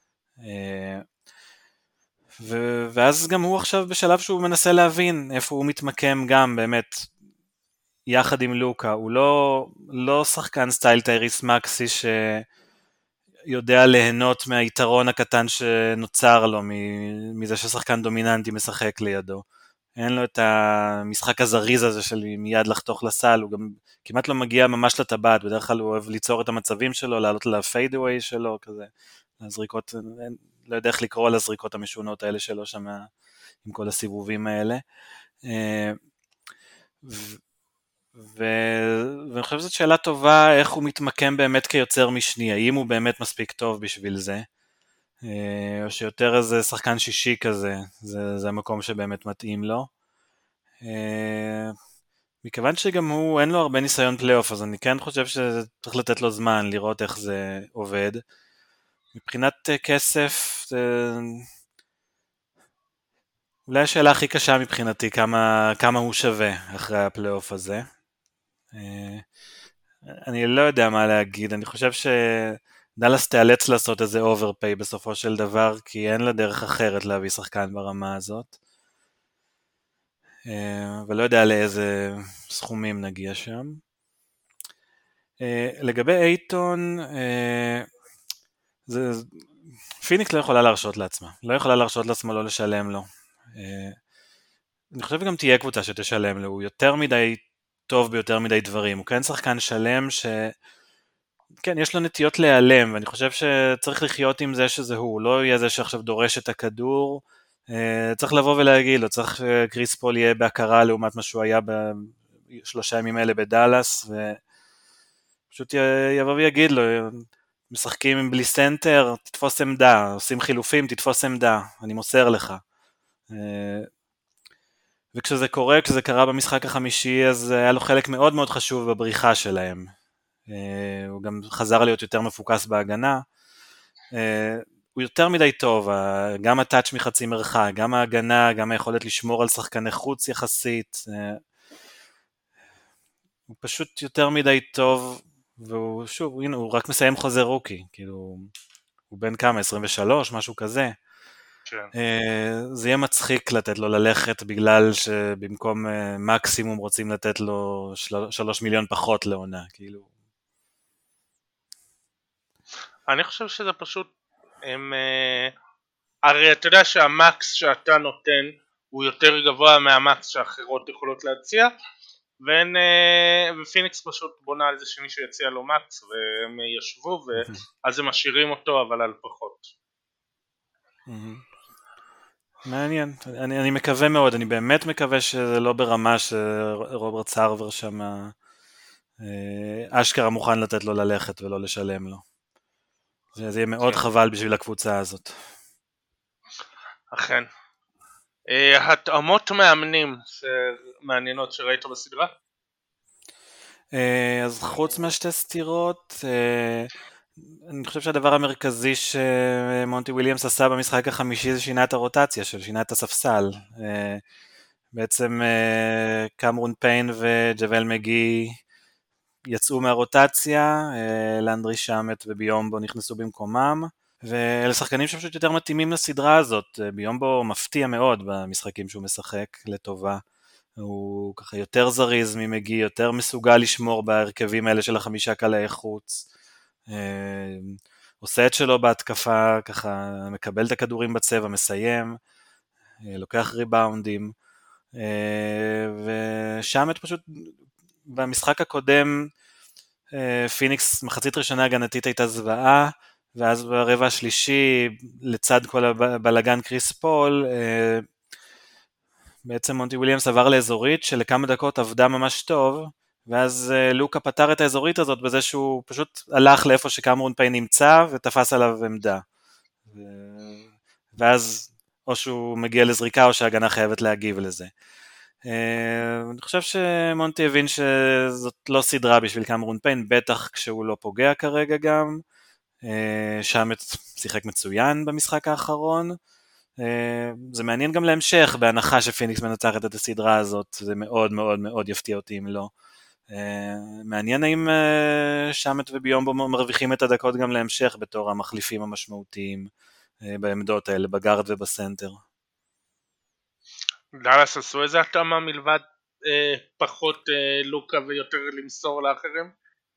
ו- ואז גם הוא עכשיו בשלב שהוא מנסה להבין איפה הוא מתמקם גם באמת יחד עם לוקה. הוא לא, לא שחקן סטייל טייריס מקסי שיודע ליהנות מהיתרון הקטן שנוצר לו מזה ששחקן דומיננטי משחק לידו. אין לו את המשחק הזריז הזה של מיד לחתוך לסל, הוא גם כמעט לא מגיע ממש לטבעת, בדרך כלל הוא אוהב ליצור את המצבים שלו, לעלות לפיידאווי שלו, כזה, הזריקות, לא יודע איך לקרוא לזריקות המשונות האלה שלו שם, עם כל הסיבובים האלה. ו... ואני חושב שזאת שאלה טובה, איך הוא מתמקם באמת כיוצר משני, האם הוא באמת מספיק טוב בשביל זה, או שיותר איזה שחקן שישי כזה, זה, זה המקום שבאמת מתאים לו. מכיוון שגם הוא, אין לו הרבה ניסיון פלייאוף, אז אני כן חושב שצריך לתת לו זמן, לראות איך זה עובד. מבחינת כסף, זה... אולי השאלה הכי קשה מבחינתי, כמה, כמה הוא שווה אחרי הפלייאוף הזה. אני לא יודע מה להגיד, אני חושב שדלס תיאלץ לעשות איזה אוברפיי בסופו של דבר, כי אין לה דרך אחרת להביא שחקן ברמה הזאת. ולא יודע לאיזה סכומים נגיע שם. לגבי אייטון, זה, פיניקס לא יכולה להרשות לעצמה, לא יכולה להרשות לעצמה לא לשלם לו. אני חושב שגם תהיה קבוצה שתשלם לו, הוא יותר מדי טוב ביותר מדי דברים, הוא כן שחקן שלם ש... כן, יש לו נטיות להיעלם, ואני חושב שצריך לחיות עם זה שזה הוא, לא יהיה זה שעכשיו דורש את הכדור, צריך לבוא ולהגיד לו, צריך קריס פול יהיה בהכרה לעומת מה שהוא היה בשלושה ימים האלה בדלס, ופשוט יבוא ויגיד לו, משחקים בלי סנטר, תתפוס עמדה, עושים חילופים, תתפוס עמדה, אני מוסר לך. וכשזה קורה, כשזה קרה במשחק החמישי, אז היה לו חלק מאוד מאוד חשוב בבריחה שלהם. הוא גם חזר להיות יותר מפוקס בהגנה. הוא יותר מדי טוב, גם הטאץ' מחצי מרחק, גם ההגנה, גם היכולת לשמור על שחקני חוץ יחסית. הוא פשוט יותר מדי טוב, והוא שוב, הנה, הוא רק מסיים חוזה רוקי, כאילו, הוא בן כמה, עשרים ושלוש, משהו כזה. כן. זה יהיה מצחיק לתת לו ללכת, בגלל שבמקום מקסימום רוצים לתת לו של... שלוש מיליון פחות לעונה, כאילו. אני חושב שזה פשוט, הם, הרי אתה יודע שהמקס שאתה נותן, הוא יותר גבוה מהמקס שאחרות יכולות להציע, ואין, ופיניקס פשוט בונה על זה שמישהו יציע לו מקס, והם ישבו, ואז הם משאירים אותו, אבל על פחות. מעניין, אני, אני מקווה מאוד, אני באמת מקווה שזה לא ברמה שרוברט סרבר שם אשכרה מוכן לתת לו ללכת ולא לשלם לו. זה, זה יהיה מאוד כן. חבל בשביל הקבוצה הזאת. אכן. התאמות מאמנים שמעניינות שראית בסדרה? אז חוץ מהשתי סתירות, אני חושב שהדבר המרכזי שמונטי וויליאמס עשה במשחק החמישי זה שינה את הרוטציה של שינה את הספסל. בעצם קמרון פיין וג'בל מגי יצאו מהרוטציה, לנדרי שמט וביומבו נכנסו במקומם, ואלה שחקנים שפשוט יותר מתאימים לסדרה הזאת. ביומבו מפתיע מאוד במשחקים שהוא משחק לטובה, הוא ככה יותר זריז ממגי, יותר מסוגל לשמור בהרכבים האלה של החמישה קלעי חוץ, עושה את שלו בהתקפה, ככה מקבל את הכדורים בצבע, מסיים, לוקח ריבאונדים, ושמת פשוט במשחק הקודם פיניקס מחצית ראשונה הגנתית הייתה זוועה, ואז ברבע השלישי לצד כל הבלגן קריס פול בעצם מונטי וויליאמס עבר לאזורית שלכמה דקות עבדה ממש טוב, ואז לוקה פתר את האזורית הזאת בזה שהוא פשוט הלך לאיפה שקמרון פיין נמצא ותפס עליו עמדה, ואז או שהוא מגיע לזריקה או שההגנה חייבת להגיב לזה. אני חושב שמונטי הבין שזאת לא סדרה בשביל קמרון פיין, בטח כשהוא לא פוגע כרגע גם, שם שיחק מצוין במשחק האחרון, זה מעניין גם להמשך, בהנחה שפיניקס מנצחת את הסדרה הזאת, זה מאוד מאוד מאוד יפתיע אותי אם לא. מעניין האם שמט וביומבו מרוויחים את הדקות גם להמשך בתור המחליפים המשמעותיים בעמדות האלה, בגארד ובסנטר. דלס עשו איזה התאמה מלבד אה, פחות אה, לוקה ויותר למסור לאחרים?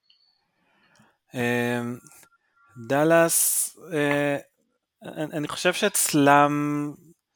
אה, דלס, אה, אני, אני חושב שאצלם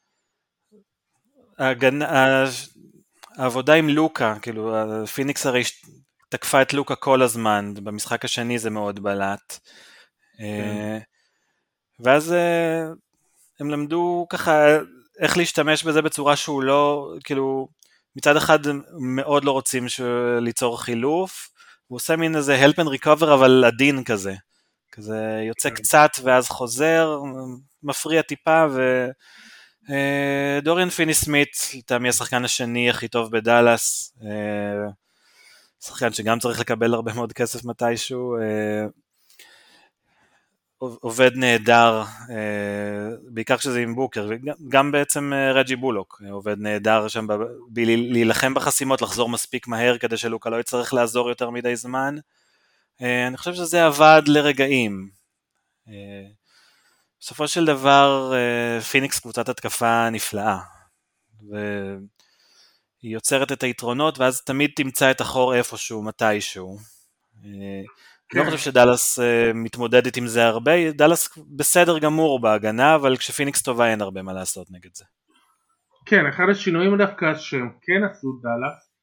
ההגנה, העבודה עם לוקה, כאילו פיניקס הרי תקפה את לוקה כל הזמן, במשחק השני זה מאוד בלט, אה, ואז אה, הם למדו ככה איך להשתמש בזה בצורה שהוא לא, כאילו, מצד אחד מאוד לא רוצים ליצור חילוף, הוא עושה מין איזה help and recover אבל עדין כזה, כזה יוצא קצת ואז חוזר, מפריע טיפה, ודוריאן פיני סמית, תמי השחקן השני הכי טוב בדלס, שחקן שגם צריך לקבל הרבה מאוד כסף מתישהו, עובד נהדר, בעיקר כשזה עם בוקר, וגם בעצם רג'י בולוק עובד נהדר שם, להילחם בחסימות, לחזור מספיק מהר כדי שלוקה לא יצטרך לעזור יותר מדי זמן. אני חושב שזה עבד לרגעים. בסופו של דבר פיניקס קבוצת התקפה נפלאה, והיא יוצרת את היתרונות, ואז תמיד תמצא את החור איפשהו, מתישהו. אני לא חושב שדלס מתמודדת עם זה הרבה, דלס בסדר גמור בהגנה, אבל כשפיניקס טובה אין הרבה מה לעשות נגד זה. כן, אחד השינויים דווקא שהם כן עשו דאלאס,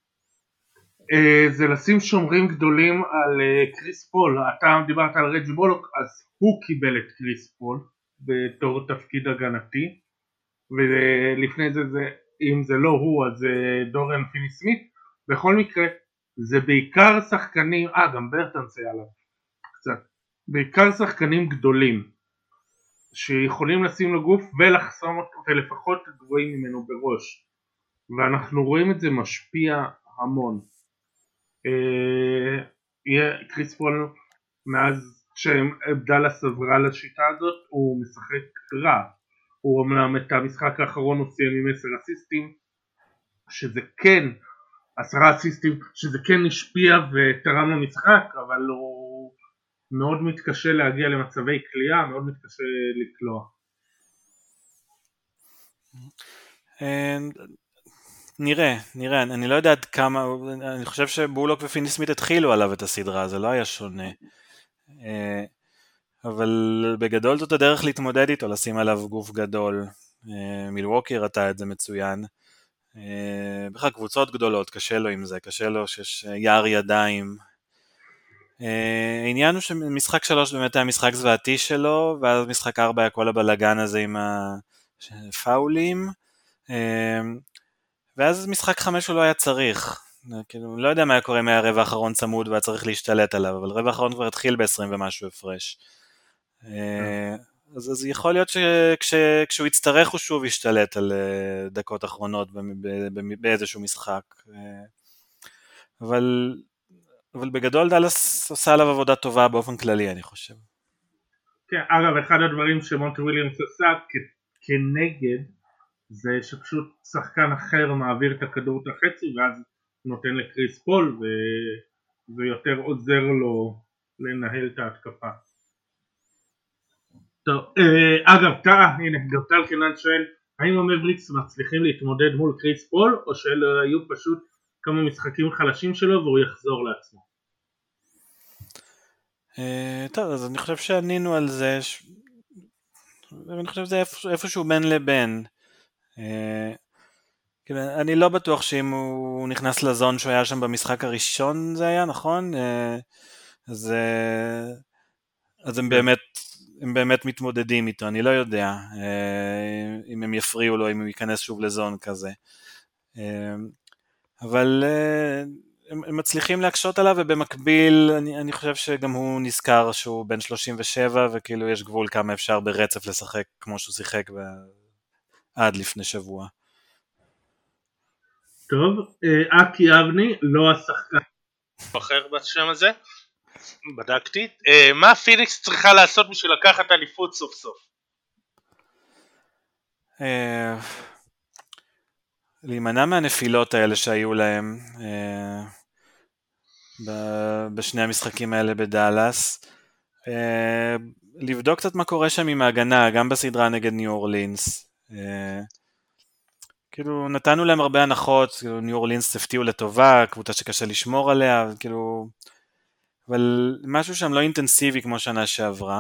זה לשים שומרים גדולים על קריס פול. אתה דיברת על רג'י בולוק, אז הוא קיבל את קריס פול בתור תפקיד הגנתי, ולפני זה, זה אם זה לא הוא אז דוריאן פיני סמית. בכל מקרה זה בעיקר שחקנים, אה גם ברטנס היה עליו קצת, בעיקר שחקנים גדולים שיכולים לשים לו גוף ולחסום אותו ולפחות גבוהים ממנו בראש, ואנחנו רואים את זה משפיע המון. קריס פול מאז שדאלאס עברה לשיטה הזאת הוא משחק רע. הוא אמנם את המשחק האחרון הוא סיים עם עשר אסיסטים, שזה כן עשרה אסיסטים, שזה כן השפיע ותרם למשחק, אבל הוא מאוד מתקשה להגיע למצבי קליעה, מאוד מתקשה לקלוע. נראה, נראה, אני לא יודע עד כמה, אני חושב שבולוק ופיני סמית התחילו עליו את הסדרה, זה לא היה שונה. אבל בגדול זאת הדרך להתמודד איתו, לשים עליו גוף גדול. מילווקי ראתה את זה מצוין. בכלל קבוצות גדולות, קשה לו עם זה, קשה לו שיש יער ידיים. העניין הוא שמשחק שלוש באמת היה משחק זוועתי שלו, ואז משחק ארבע היה כל הבלגן הזה עם הפאולים. ואז משחק חמש הוא לא היה צריך, כאילו, לא יודע מה היה קורה מהרבע האחרון צמוד והיה צריך להשתלט עליו, אבל רבע האחרון כבר התחיל ב-עשרים ומשהו הפרש. אז, אז יכול להיות שכשהוא יצטרך הוא שוב ישתלט על דקות אחרונות באיזשהו משחק. אבל, אבל בגדול דאלאס עושה עליו עבודה טובה באופן כללי, אני חושב. כן, אגב, אחד הדברים שמונטי וויליאמס עשה כנגד, זה שפשוט שחקן אחר מעביר את הכדור את החצי ואז נותן לקריס פול וזה יותר עוזר לו לנהל את ההתקפה. טוב, אגב, הנה, גם טל קנן שואל, האם המבריקס מצליחים להתמודד מול קריס פול או שאלה היו פשוט כמה משחקים חלשים שלו והוא יחזור לעצמו? טוב, אז אני חושב שענינו על זה, אני חושב שזה איפשהו בין לבין. אני לא בטוח שאם הוא נכנס לזון שהוא היה שם במשחק הראשון זה היה, נכון? אז, אז הם באמת, הם באמת מתמודדים איתו, אני לא יודע אם הם יפריעו לו, אם הוא ייכנס שוב לזון כזה. אבל הם, הם מצליחים להקשות עליו, ובמקביל אני, אני חושב שגם הוא נזכר שהוא בן שלושים ושבע, וכאילו יש גבול כמה אפשר ברצף לשחק כמו שהוא שיחק עד לפני שבוע. טוב, אקי אבני, לא השחקן אחר בשם הזה, בדקתי. מה פיניקס צריכה לעשות בשביל לקחת אליפות סוף סוף? להימנע מהנפילות האלה שהיו להם בשני המשחקים האלה בדאלאס, לבדוק קצת מה קורה שם עם ההגנה, גם בסדרה נגד ניו אורלינס. כאילו נתנו להם הרבה הנחות, כאילו ניו אורלינס הפתיעו לטובה, קבוצה שקשה לשמור עליה, כאילו, אבל משהו שם לא אינטנסיבי כמו שנה שעברה.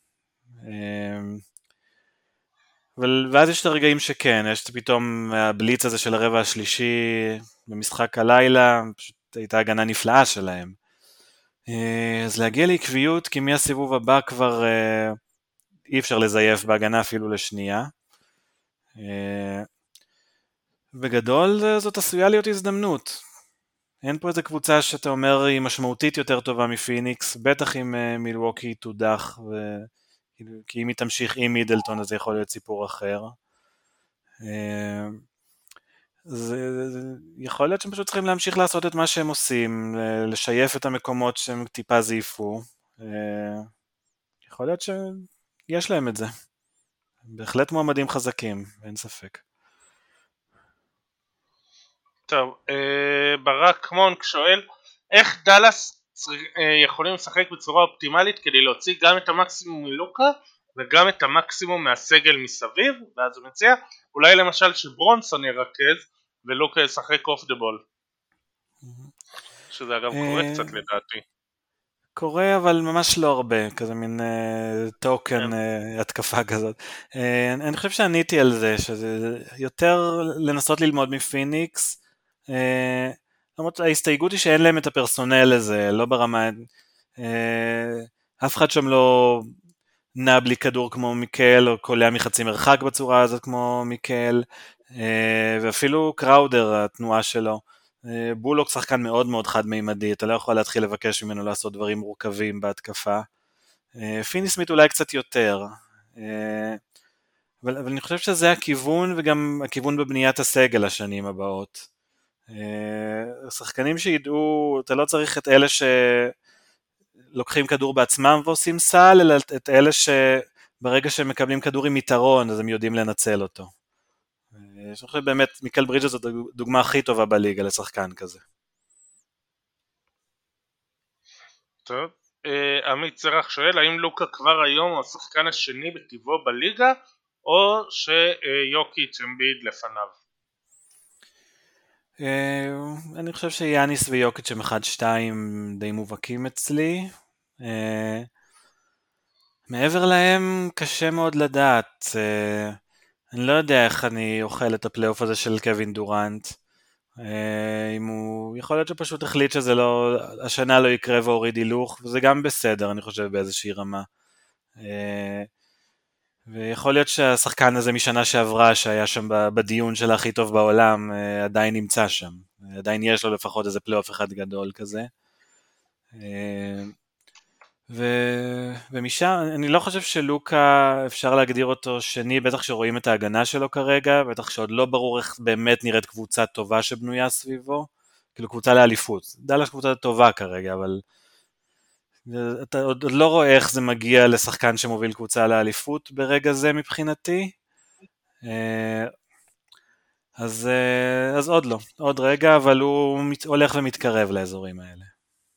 אבל, ואז יש את הרגעים שכן, יש פתאום הבליץ הזה של הרבע השלישי במשחק הלילה, פשוט הייתה הגנה נפלאה שלהם. אז להגיע לעקביות, כי מהסיבוב הבא כבר אי אפשר לזייף בהגנה אפילו לשנייה. בגדול זאת עשויה להיות הזדמנות. אין פה איזו קבוצה שאתה אומר היא משמעותית יותר טובה מפיניקס, בטח אם מילווקי תודח, ו... כי אם היא תמשיך עם מידלטון אז זה יכול להיות סיפור אחר. זה, יכול להיות שהם פשוט צריכים להמשיך לעשות את מה שהם עושים, לשייף את המקומות שהם טיפה זייפו. יכול להיות שיש להם את זה. בהחלט מועמדים חזקים, אין ספק. טוב, ברק מונק שואל, איך דאלאס יכולים לשחק בצורה אופטימלית כדי להוציא גם את המקסימום מלוקה וגם את המקסימום מהסגל מסביב? ואז הוא מציע אולי למשל שברונסון ירכז ולוקה ישחק אוף דה בול, שזה אגב קורה קצת לדעתי. קורה, אבל ממש לא הרבה, כזה מין uh, טוקן uh, התקפה כזאת. Uh, אני, אני חושב שעניתי על זה, שזה יותר לנסות ללמוד מפיניקס, uh, למרות ההסתייגות היא שאין להם את הפרסונל הזה, לא ברמה, uh, אף אחד שם לא נע בלי כדור כמו מיקל, או קולע מחצי מרחק בצורה הזאת כמו מיקל, uh, ואפילו קראודר, התנועה שלו, בולוק שחקן מאוד מאוד חד מימדי, אתה לא יכול להתחיל לבקש ממנו לעשות דברים מורכבים בהתקפה. פיני סמית אולי קצת יותר, אבל, אבל אני חושב שזה הכיוון, וגם הכיוון בבניית הסגל השנים הבאות. שחקנים שידעו, אתה לא צריך את אלה שלוקחים כדור בעצמם ועושים סל, אלא את אלה שברגע שהם מקבלים כדור עם יתרון, אז הם יודעים לנצל אותו. אני חושב באמת מיקל ברידג'ס זאת הדוגמה הכי טובה בליגה לשחקן כזה. טוב, עמית זרח שואל האם לוקה כבר היום הוא השחקן השני בטבעו בליגה או שיוקיץ' אמביד לפניו? אני חושב שיאניס ויוקיץ' הם אחד שתיים די מובהקים אצלי. מעבר להם קשה מאוד לדעת. אני לא יודע איך אני אוכל את הפלייאוף הזה של קווין דורנט. אם הוא, יכול להיות שפשוט החליט שזה לא, השנה לא יקרה והוריד הילוך, וזה גם בסדר, אני חושב, באיזושהי רמה. ויכול להיות שהשחקן הזה משנה שעברה, שהיה שם בדיון של הכי טוב בעולם, עדיין נמצא שם. עדיין יש לו לפחות איזה פלייאוף אחד גדול כזה. ו... ומשם, אני לא חושב שלוקה אפשר להגדיר אותו שני, בטח שרואים את ההגנה שלו כרגע, בטח שעוד לא ברור איך באמת נראית קבוצה טובה שבנויה סביבו, כאילו קבוצה לאליפות. דלס קבוצה טובה כרגע, אבל אתה עוד לא רואה איך זה מגיע לשחקן שמוביל קבוצה לאליפות ברגע זה מבחינתי. אז, אז עוד לא, עוד רגע, אבל הוא הולך ומתקרב לאזורים האלה.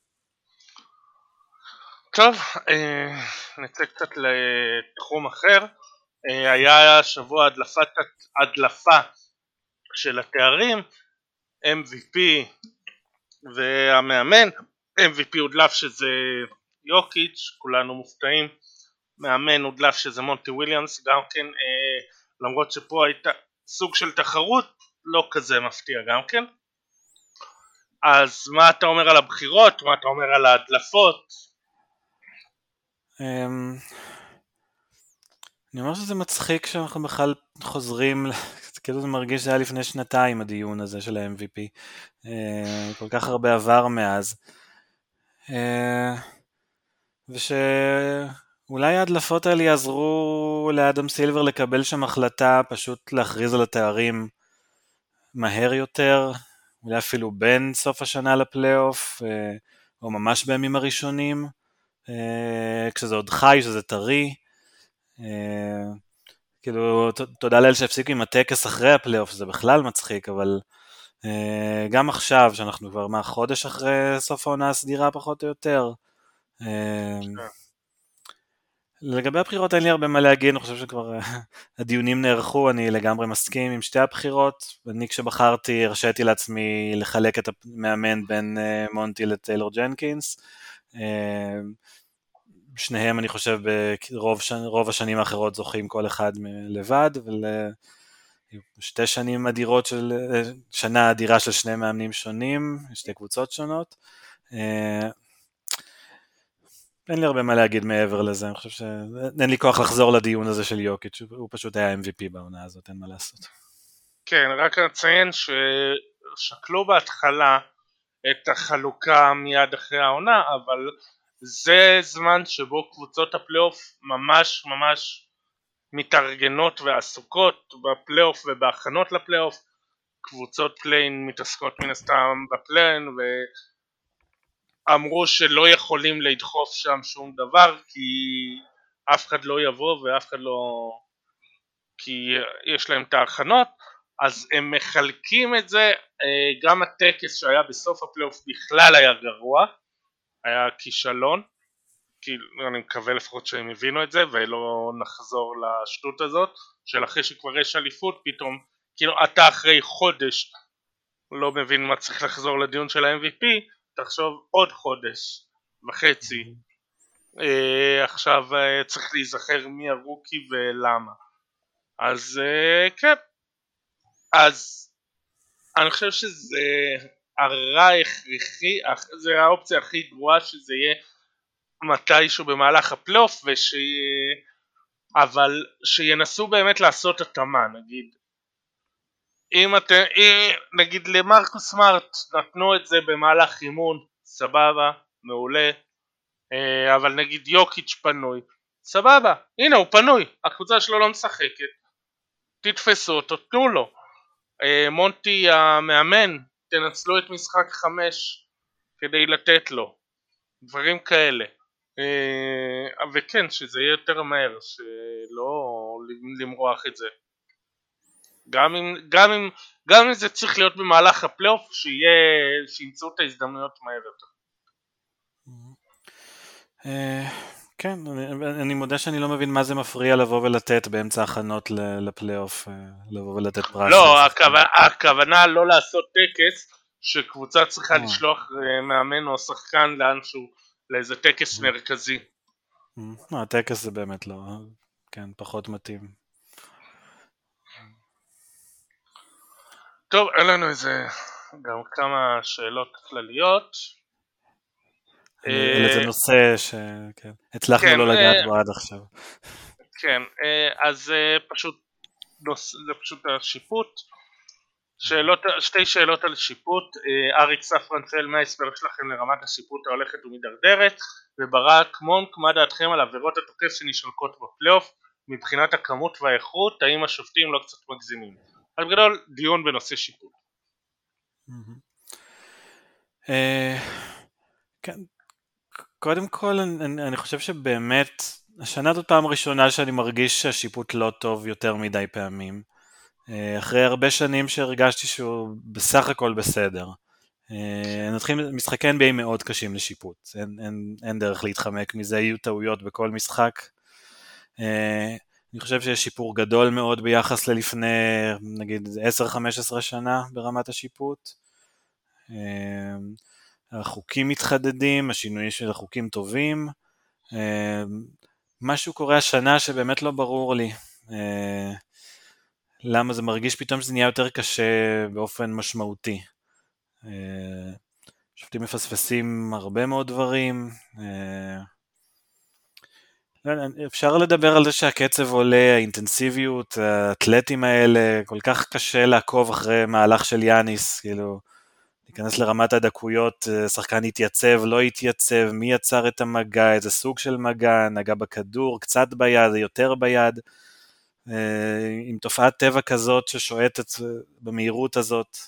טוב, נצא קצת לתחום אחר. היה שבוע הדלפת, הדלפה של התארים, אם וי פי והמאמן. אם וי פי הודלף שזה יוקיץ', כולנו מופתעים. מאמן הודלף שזה מונטי וויליאמס, גם כן, למרות שפה הייתה סוג של תחרות, לא כזה מפתיע גם כן. אז מה אתה אומר על הבחירות? מה אתה אומר על ההדלפות? אני אומר שזה מצחיק שאנחנו בכלל חוזרים, כאילו זה מרגיש שזה היה לפני שנתיים הדיון הזה של ה-אם וי פי, כל כך הרבה עבר מאז, ושאולי ההדלפות האלה יעזרו לאדם סילבר לקבל שם החלטה פשוט להכריז על התארים מהר יותר, אולי אפילו בין סוף השנה לפלייאוף, או ממש בימים הראשונים, כשזה עוד חי, שזה טרי. כאילו, תודה לאל שהפסיקו עם הטקס אחרי הפלייאוף, זה בכלל מצחיק, אבל גם עכשיו, שאנחנו כבר מה, חודש אחרי סוף העונה הסדירה פחות או יותר, לגבי הבחירות אין לי הרבה מה להגיד, אני חושב שכבר הדיונים נערכו, אני לגמרי מסכים עם שתי הבחירות, ואני כשבחרתי הרשיתי לעצמי לחלק את המאמן בין מונטי לטיילור ג'נקינס, שניהם אני חושב ברוב רוב השנים האחרות זוכים כל אחד לבד, ושתי שנים אדירות של, שנה אדירה של שני מאמנים שונים, שתי קבוצות שונות. אין לי הרבה מה להגיד מעבר לזה, אני חושב שאין לי כוח לחזור לדיון הזה של יוקיץ', הוא פשוט היה אם וי פי בעונה הזאת, אין מה לעשות. כן, רק אציין ששקלו בהתחלה את החלוקה מיד אחרי העונה, אבל זה זמן שבו קבוצות הפלייאוף ממש ממש מתארגנות ועסוקות בפלייאוף ובהכנות לפלייאוף. קבוצות פליין מתעסקות מן הסתם בפליין ואמרו שלא יכולים לדחוף שם שום דבר כי אף אחד לא יבוא ואף אחד לא, כי יש להם את ההכנות, אז הם מחלקים את זה. גם הטקס שהיה בסוף הפלייאוף בכלל היה גרוע, היה כישלון, כי אני מקווה לפחות שהם הבינו את זה ולא נחזור לשטות הזאת של אחרי שכבר יש אליפות פתאום כאילו אתה אחרי חודש לא מבין מה צריך לחזור לדיון של ה-אם וי פי, תחשוב עוד חודש וחצי. עכשיו צריך להיזכר מי הרוקי ולמה. אז כן, אז אני חושב שזה הרע הכרחי, זה האופציה הכי גרועה שזה יהיה מתישהו במהלך הפלייאוף, וש... אבל שינסו באמת לעשות התאמה. נגיד אם אתם, נגיד למרקוס סמארט נתנו את זה במהלך אימון, סבבה, מעולה, אבל נגיד יוקיץ' פנוי, סבבה, הנה הוא פנוי, הקבוצה שלו לא משחקת, תתפסו אותו, תנו לו. מונטי המאמן, תנצלו את משחק חמש כדי לתת לו, דברים כאלה. וכן, שזה יהיה יותר מהר, שלא למרוח את זה. גם אם, גם אם, גם אם זה צריך להיות במהלך הפלייאוף, שיהיה, שימצאו את ההזדמנויות מהר יותר. כן, אני מודה שאני לא מבין מה זה מפריע לבוא ולתת באמצע הכנות לפלייאוף, לבוא ולתת פרס. לא, הכוונה לא לעשות טקס שקבוצה צריכה לשלוח מאמן או שחקן לאנשהו, לאיזה טקס מרכזי. הטקס זה באמת לא, כן, פחות מתאים. טוב, אין לנו איזה גם כמה שאלות כלליות. על איזה נושא שהצלחנו לא לגעת בו עד עכשיו. כן, אז פשוט, זה פשוט השיפוט. שאלות, שתי שאלות על שיפוט. אריק ספרן שואל מה ההסבר שלכם לרמת השיפוט ההולכת ומדרדרת, וברק מונק, מה דעתכם על עבירות התוקף שנשרקות בפלייאוף מבחינת הכמות והאיכות, האם השופטים לא קצת מגזימים? אז בגדול דיון בנושא שיפוט. כן, קודם כל אני, אני חושב שבאמת השנה זאת פעם ראשונה שאני מרגיש שהשיפוט לא טוב יותר מדי פעמים, אחרי הרבה שנים שהרגשתי שהוא בסך הכל בסדר. נתחיל משחקי אן בי איי מאוד קשים לשיפוט, אין, אין, אין דרך להתחמק מזה, יהיו טעויות בכל משחק. אני חושב שיש שיפור גדול מאוד ביחס ללפני נגיד עשר חמש עשרה שנה ברמת השיפוט. החוקים מתחדדים, השינויים של החוקים טובים. משהו קורה השנה שבאמת לא ברור לי. למה זה מרגיש פתאום שזה נהיה יותר קשה באופן משמעותי. שופטים מפספסים הרבה מאוד דברים. אפשר לדבר על זה שהקצב עולה, האינטנסיביות, האתלטים האלה, כל כך קשה לעקוב אחרי מהלך של יאניס, כאילו, להיכנס לרמת הדקויות, שחקן התייצב, לא התייצב, מי יצר את המגע, איזה סוג של מגע, נגע בכדור, קצת ביד, יותר ביד, עם תופעת טבע כזאת ששועטת במהירות הזאת,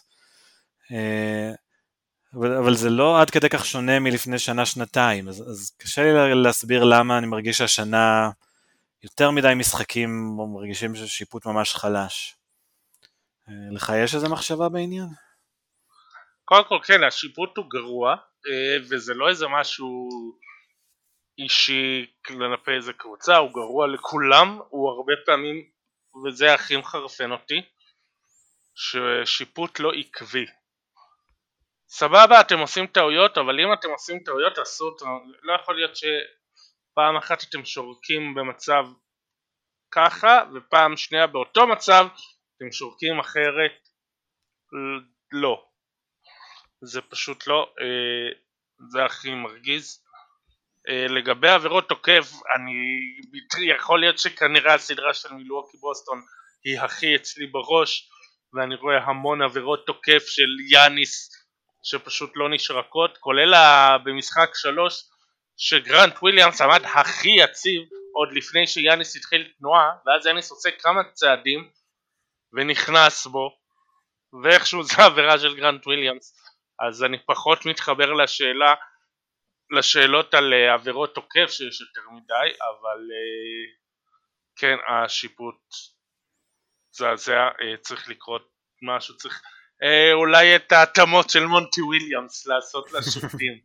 אבל, אבל זה לא עד כדי כך שונה מלפני שנה שנתיים, אז, אז קשה לי להסביר למה אני מרגיש שהשנה יותר מדי משחקים מרגישים ששיפוט ממש חלש. לך יש איזה מחשבה בעניין? קודם כל כן, השיפוט הוא גרוע, וזה לא איזה משהו אישי כלפי איזה קבוצה, הוא גרוע לכולם, הוא הרבה פעמים, וזה הכי מחרפן אותי, ששיפוט לא עקבי. סבבה, אתם עושים טעויות, אבל אם אתם עושים טעויות, תעשו אותו. לא יכול להיות שפעם אחת אתם שורקים במצב ככה, ופעם שנייה באותו מצב, אתם שורקים אחרת. לא. זה פשוט לא, זה הכי מרגיז. לגבי עבירות תוקף, אני יכול להיות שכנראה הסדרה של מילווקי בוסטון היא הכי אצלי בראש, ואני רואה המון עבירות תוקף של יאניס שפשוט לא נשרקות, כולל במשחק שלוש שגרנט וויליאמס עמד הכי יציב עוד לפני שיאניס התחיל תנועה, ואז יאניס עושה כמה צעדים ונכנס בו, ואיכשהו זה עבירה של גרנט וויליאמס. אז אני פחות מתחבר לשאלה, לשאלות על עבירות תוקף שיש יותר מדי, אבל כן, השיפוט זה, זה צריך לקרות משהו, צריך אולי את ההתאמות של מונטי וויליאמס לעשות לשופטים.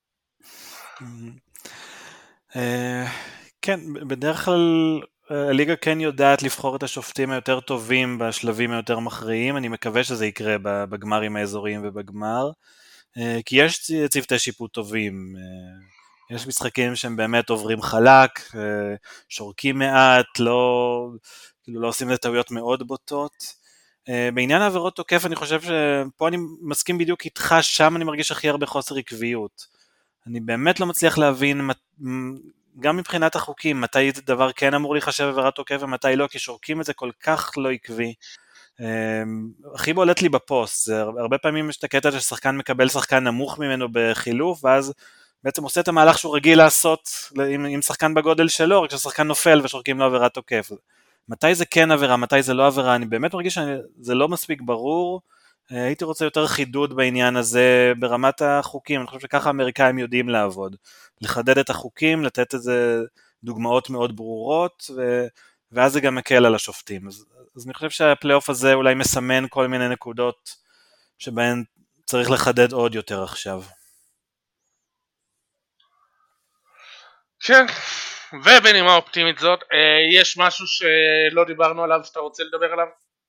כן, בדרך כלל הליגה כן יודעת לבחור את השופטים היותר טובים בשלבים היותר מכריעים, אני מקווה שזה יקרה בגמרים האזוריים ובגמר, כי יש צוותי שיפוט טובים, יש משחקים שהם באמת עוברים חלק, שורקים מעט, לא, כאילו לא עושים לטעויות מאוד בוטות. בעניין העבירות תוקף אני חושב שפה אני מסכים בדיוק איתך, שם אני מרגיש הכי הרבה חוסר עקביות. אני באמת לא מצליח להבין, גם מבחינת החוקים, מתי דבר כן אמור להיחשב עבירת תוקף ומתי לא, כי שורקים את זה כל כך לא עקבי. הכי בולט לי בפוסט, זה הרבה פעמים יש את הקטע ששחקן מקבל שחקן נמוך ממנו בחילוף, ואז בעצם עושה את המהלך שהוא רגיל לעשות עם, עם שחקן בגודל שלו, רק כששחקן נופל ושורקים לו עבירת תוקף. מתי זה כן עבירה, מתי זה לא עבירה, אני באמת מרגיש שזה לא מספיק ברור, הייתי רוצה יותר חידוד בעניין הזה ברמת החוקים, אני חושב שככה האמריקאים יודעים לעבוד, לחדד את החוקים, לתת איזה דוגמאות מאוד ברורות, ו... ואז זה גם מקל על השופטים. אז, אז אני חושב שהפלייאוף הזה אולי מסמן כל מיני נקודות שבהן צריך לחדד עוד יותר עכשיו. כן, ובנימה אופטימית זאת, יש משהו שלא דיברנו עליו שאתה רוצה לדבר עליו?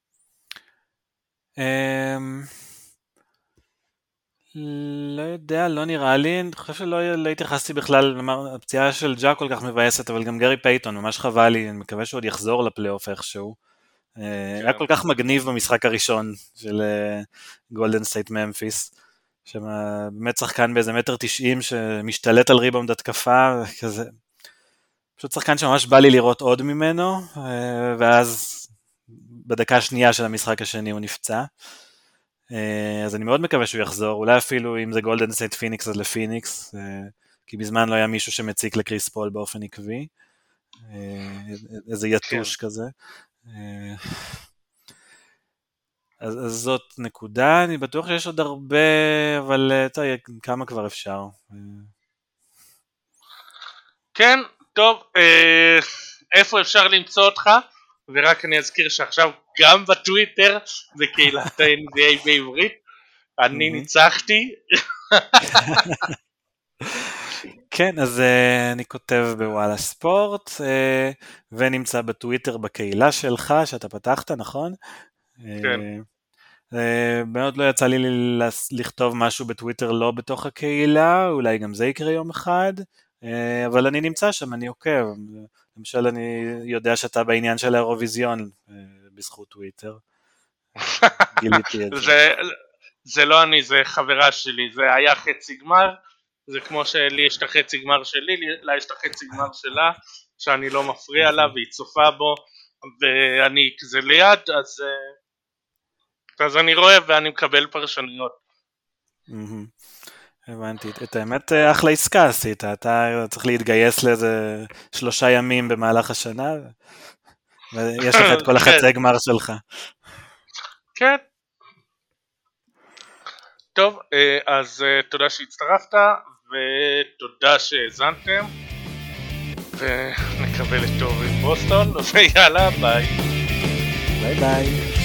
לא יודע, לא נראה לי, אני חושב שלא לא התייחסתי בכלל, הפציעה של ג'אק כל כך מבאסת, אבל גם גרי פייטון, ממש חבל לי, אני מקווה שעוד יחזור לפלייאוף איכשהו. כן. היה כל כך מגניב במשחק הראשון של גולדן סטייט ממפיס, שבאמת שחקן באיזה מטר תשעים שמשתלט על ריבאונד התקפה, כזה, פשוט שחקן שממש בא לי לראות עוד ממנו, ואז בדקה השנייה של המשחק השני הוא נפצע, אז אני מאוד מקווה שהוא יחזור, אולי אפילו אם זה גולדן סטייט פיניקס אז לפיניקס, כי בזמן לא היה מישהו שמציק לקריס פול באופן עקבי, איזה יתוש כזה. אז, אז זאת נקודה, אני בטוח שיש עוד הרבה, אבל טוב, כמה כבר אפשר. כן, טוב, איפה אפשר למצוא אותך? ורק אני אזכיר שעכשיו גם בטוויטר זה קהילת ה-אן בי איי בעברית, אני ניצחתי. כן, אז אני כותב בוואלה ספורט, ונמצא בטוויטר בקהילה שלך, שאתה פתחת, נכון? כן. מאוד לא יצא לי לכתוב משהו בטוויטר לא בתוך הקהילה, אולי גם זה יקרה יום אחד, אבל אני נמצא שם, אני עוקב. למשל אני יודע שאתה בעניין של האירוויזיון בזכות טוויטר. גיליתי את זה. זה לא אני, זה חברה שלי, זה היה חצי גמר, זה כמו שלי יש את החצי גמר שלי, לה יש את החצי גמר שלה, שאני לא מפריע לה והיא צופה בו, ואני כזה ליד, אז, אז אני רואה ואני מקבל פרשנויות. הבנתי, את האמת אחלה עסקה עשית, אתה צריך להתגייס לאיזה שלושה ימים במהלך השנה, ויש לך את כל החצי גמר שלך. כן. טוב, אז תודה שהצטרפת, ותודה שהזנתם, ונקבל את טוב עם בוסטון, ויאללה, ביי. ביי ביי.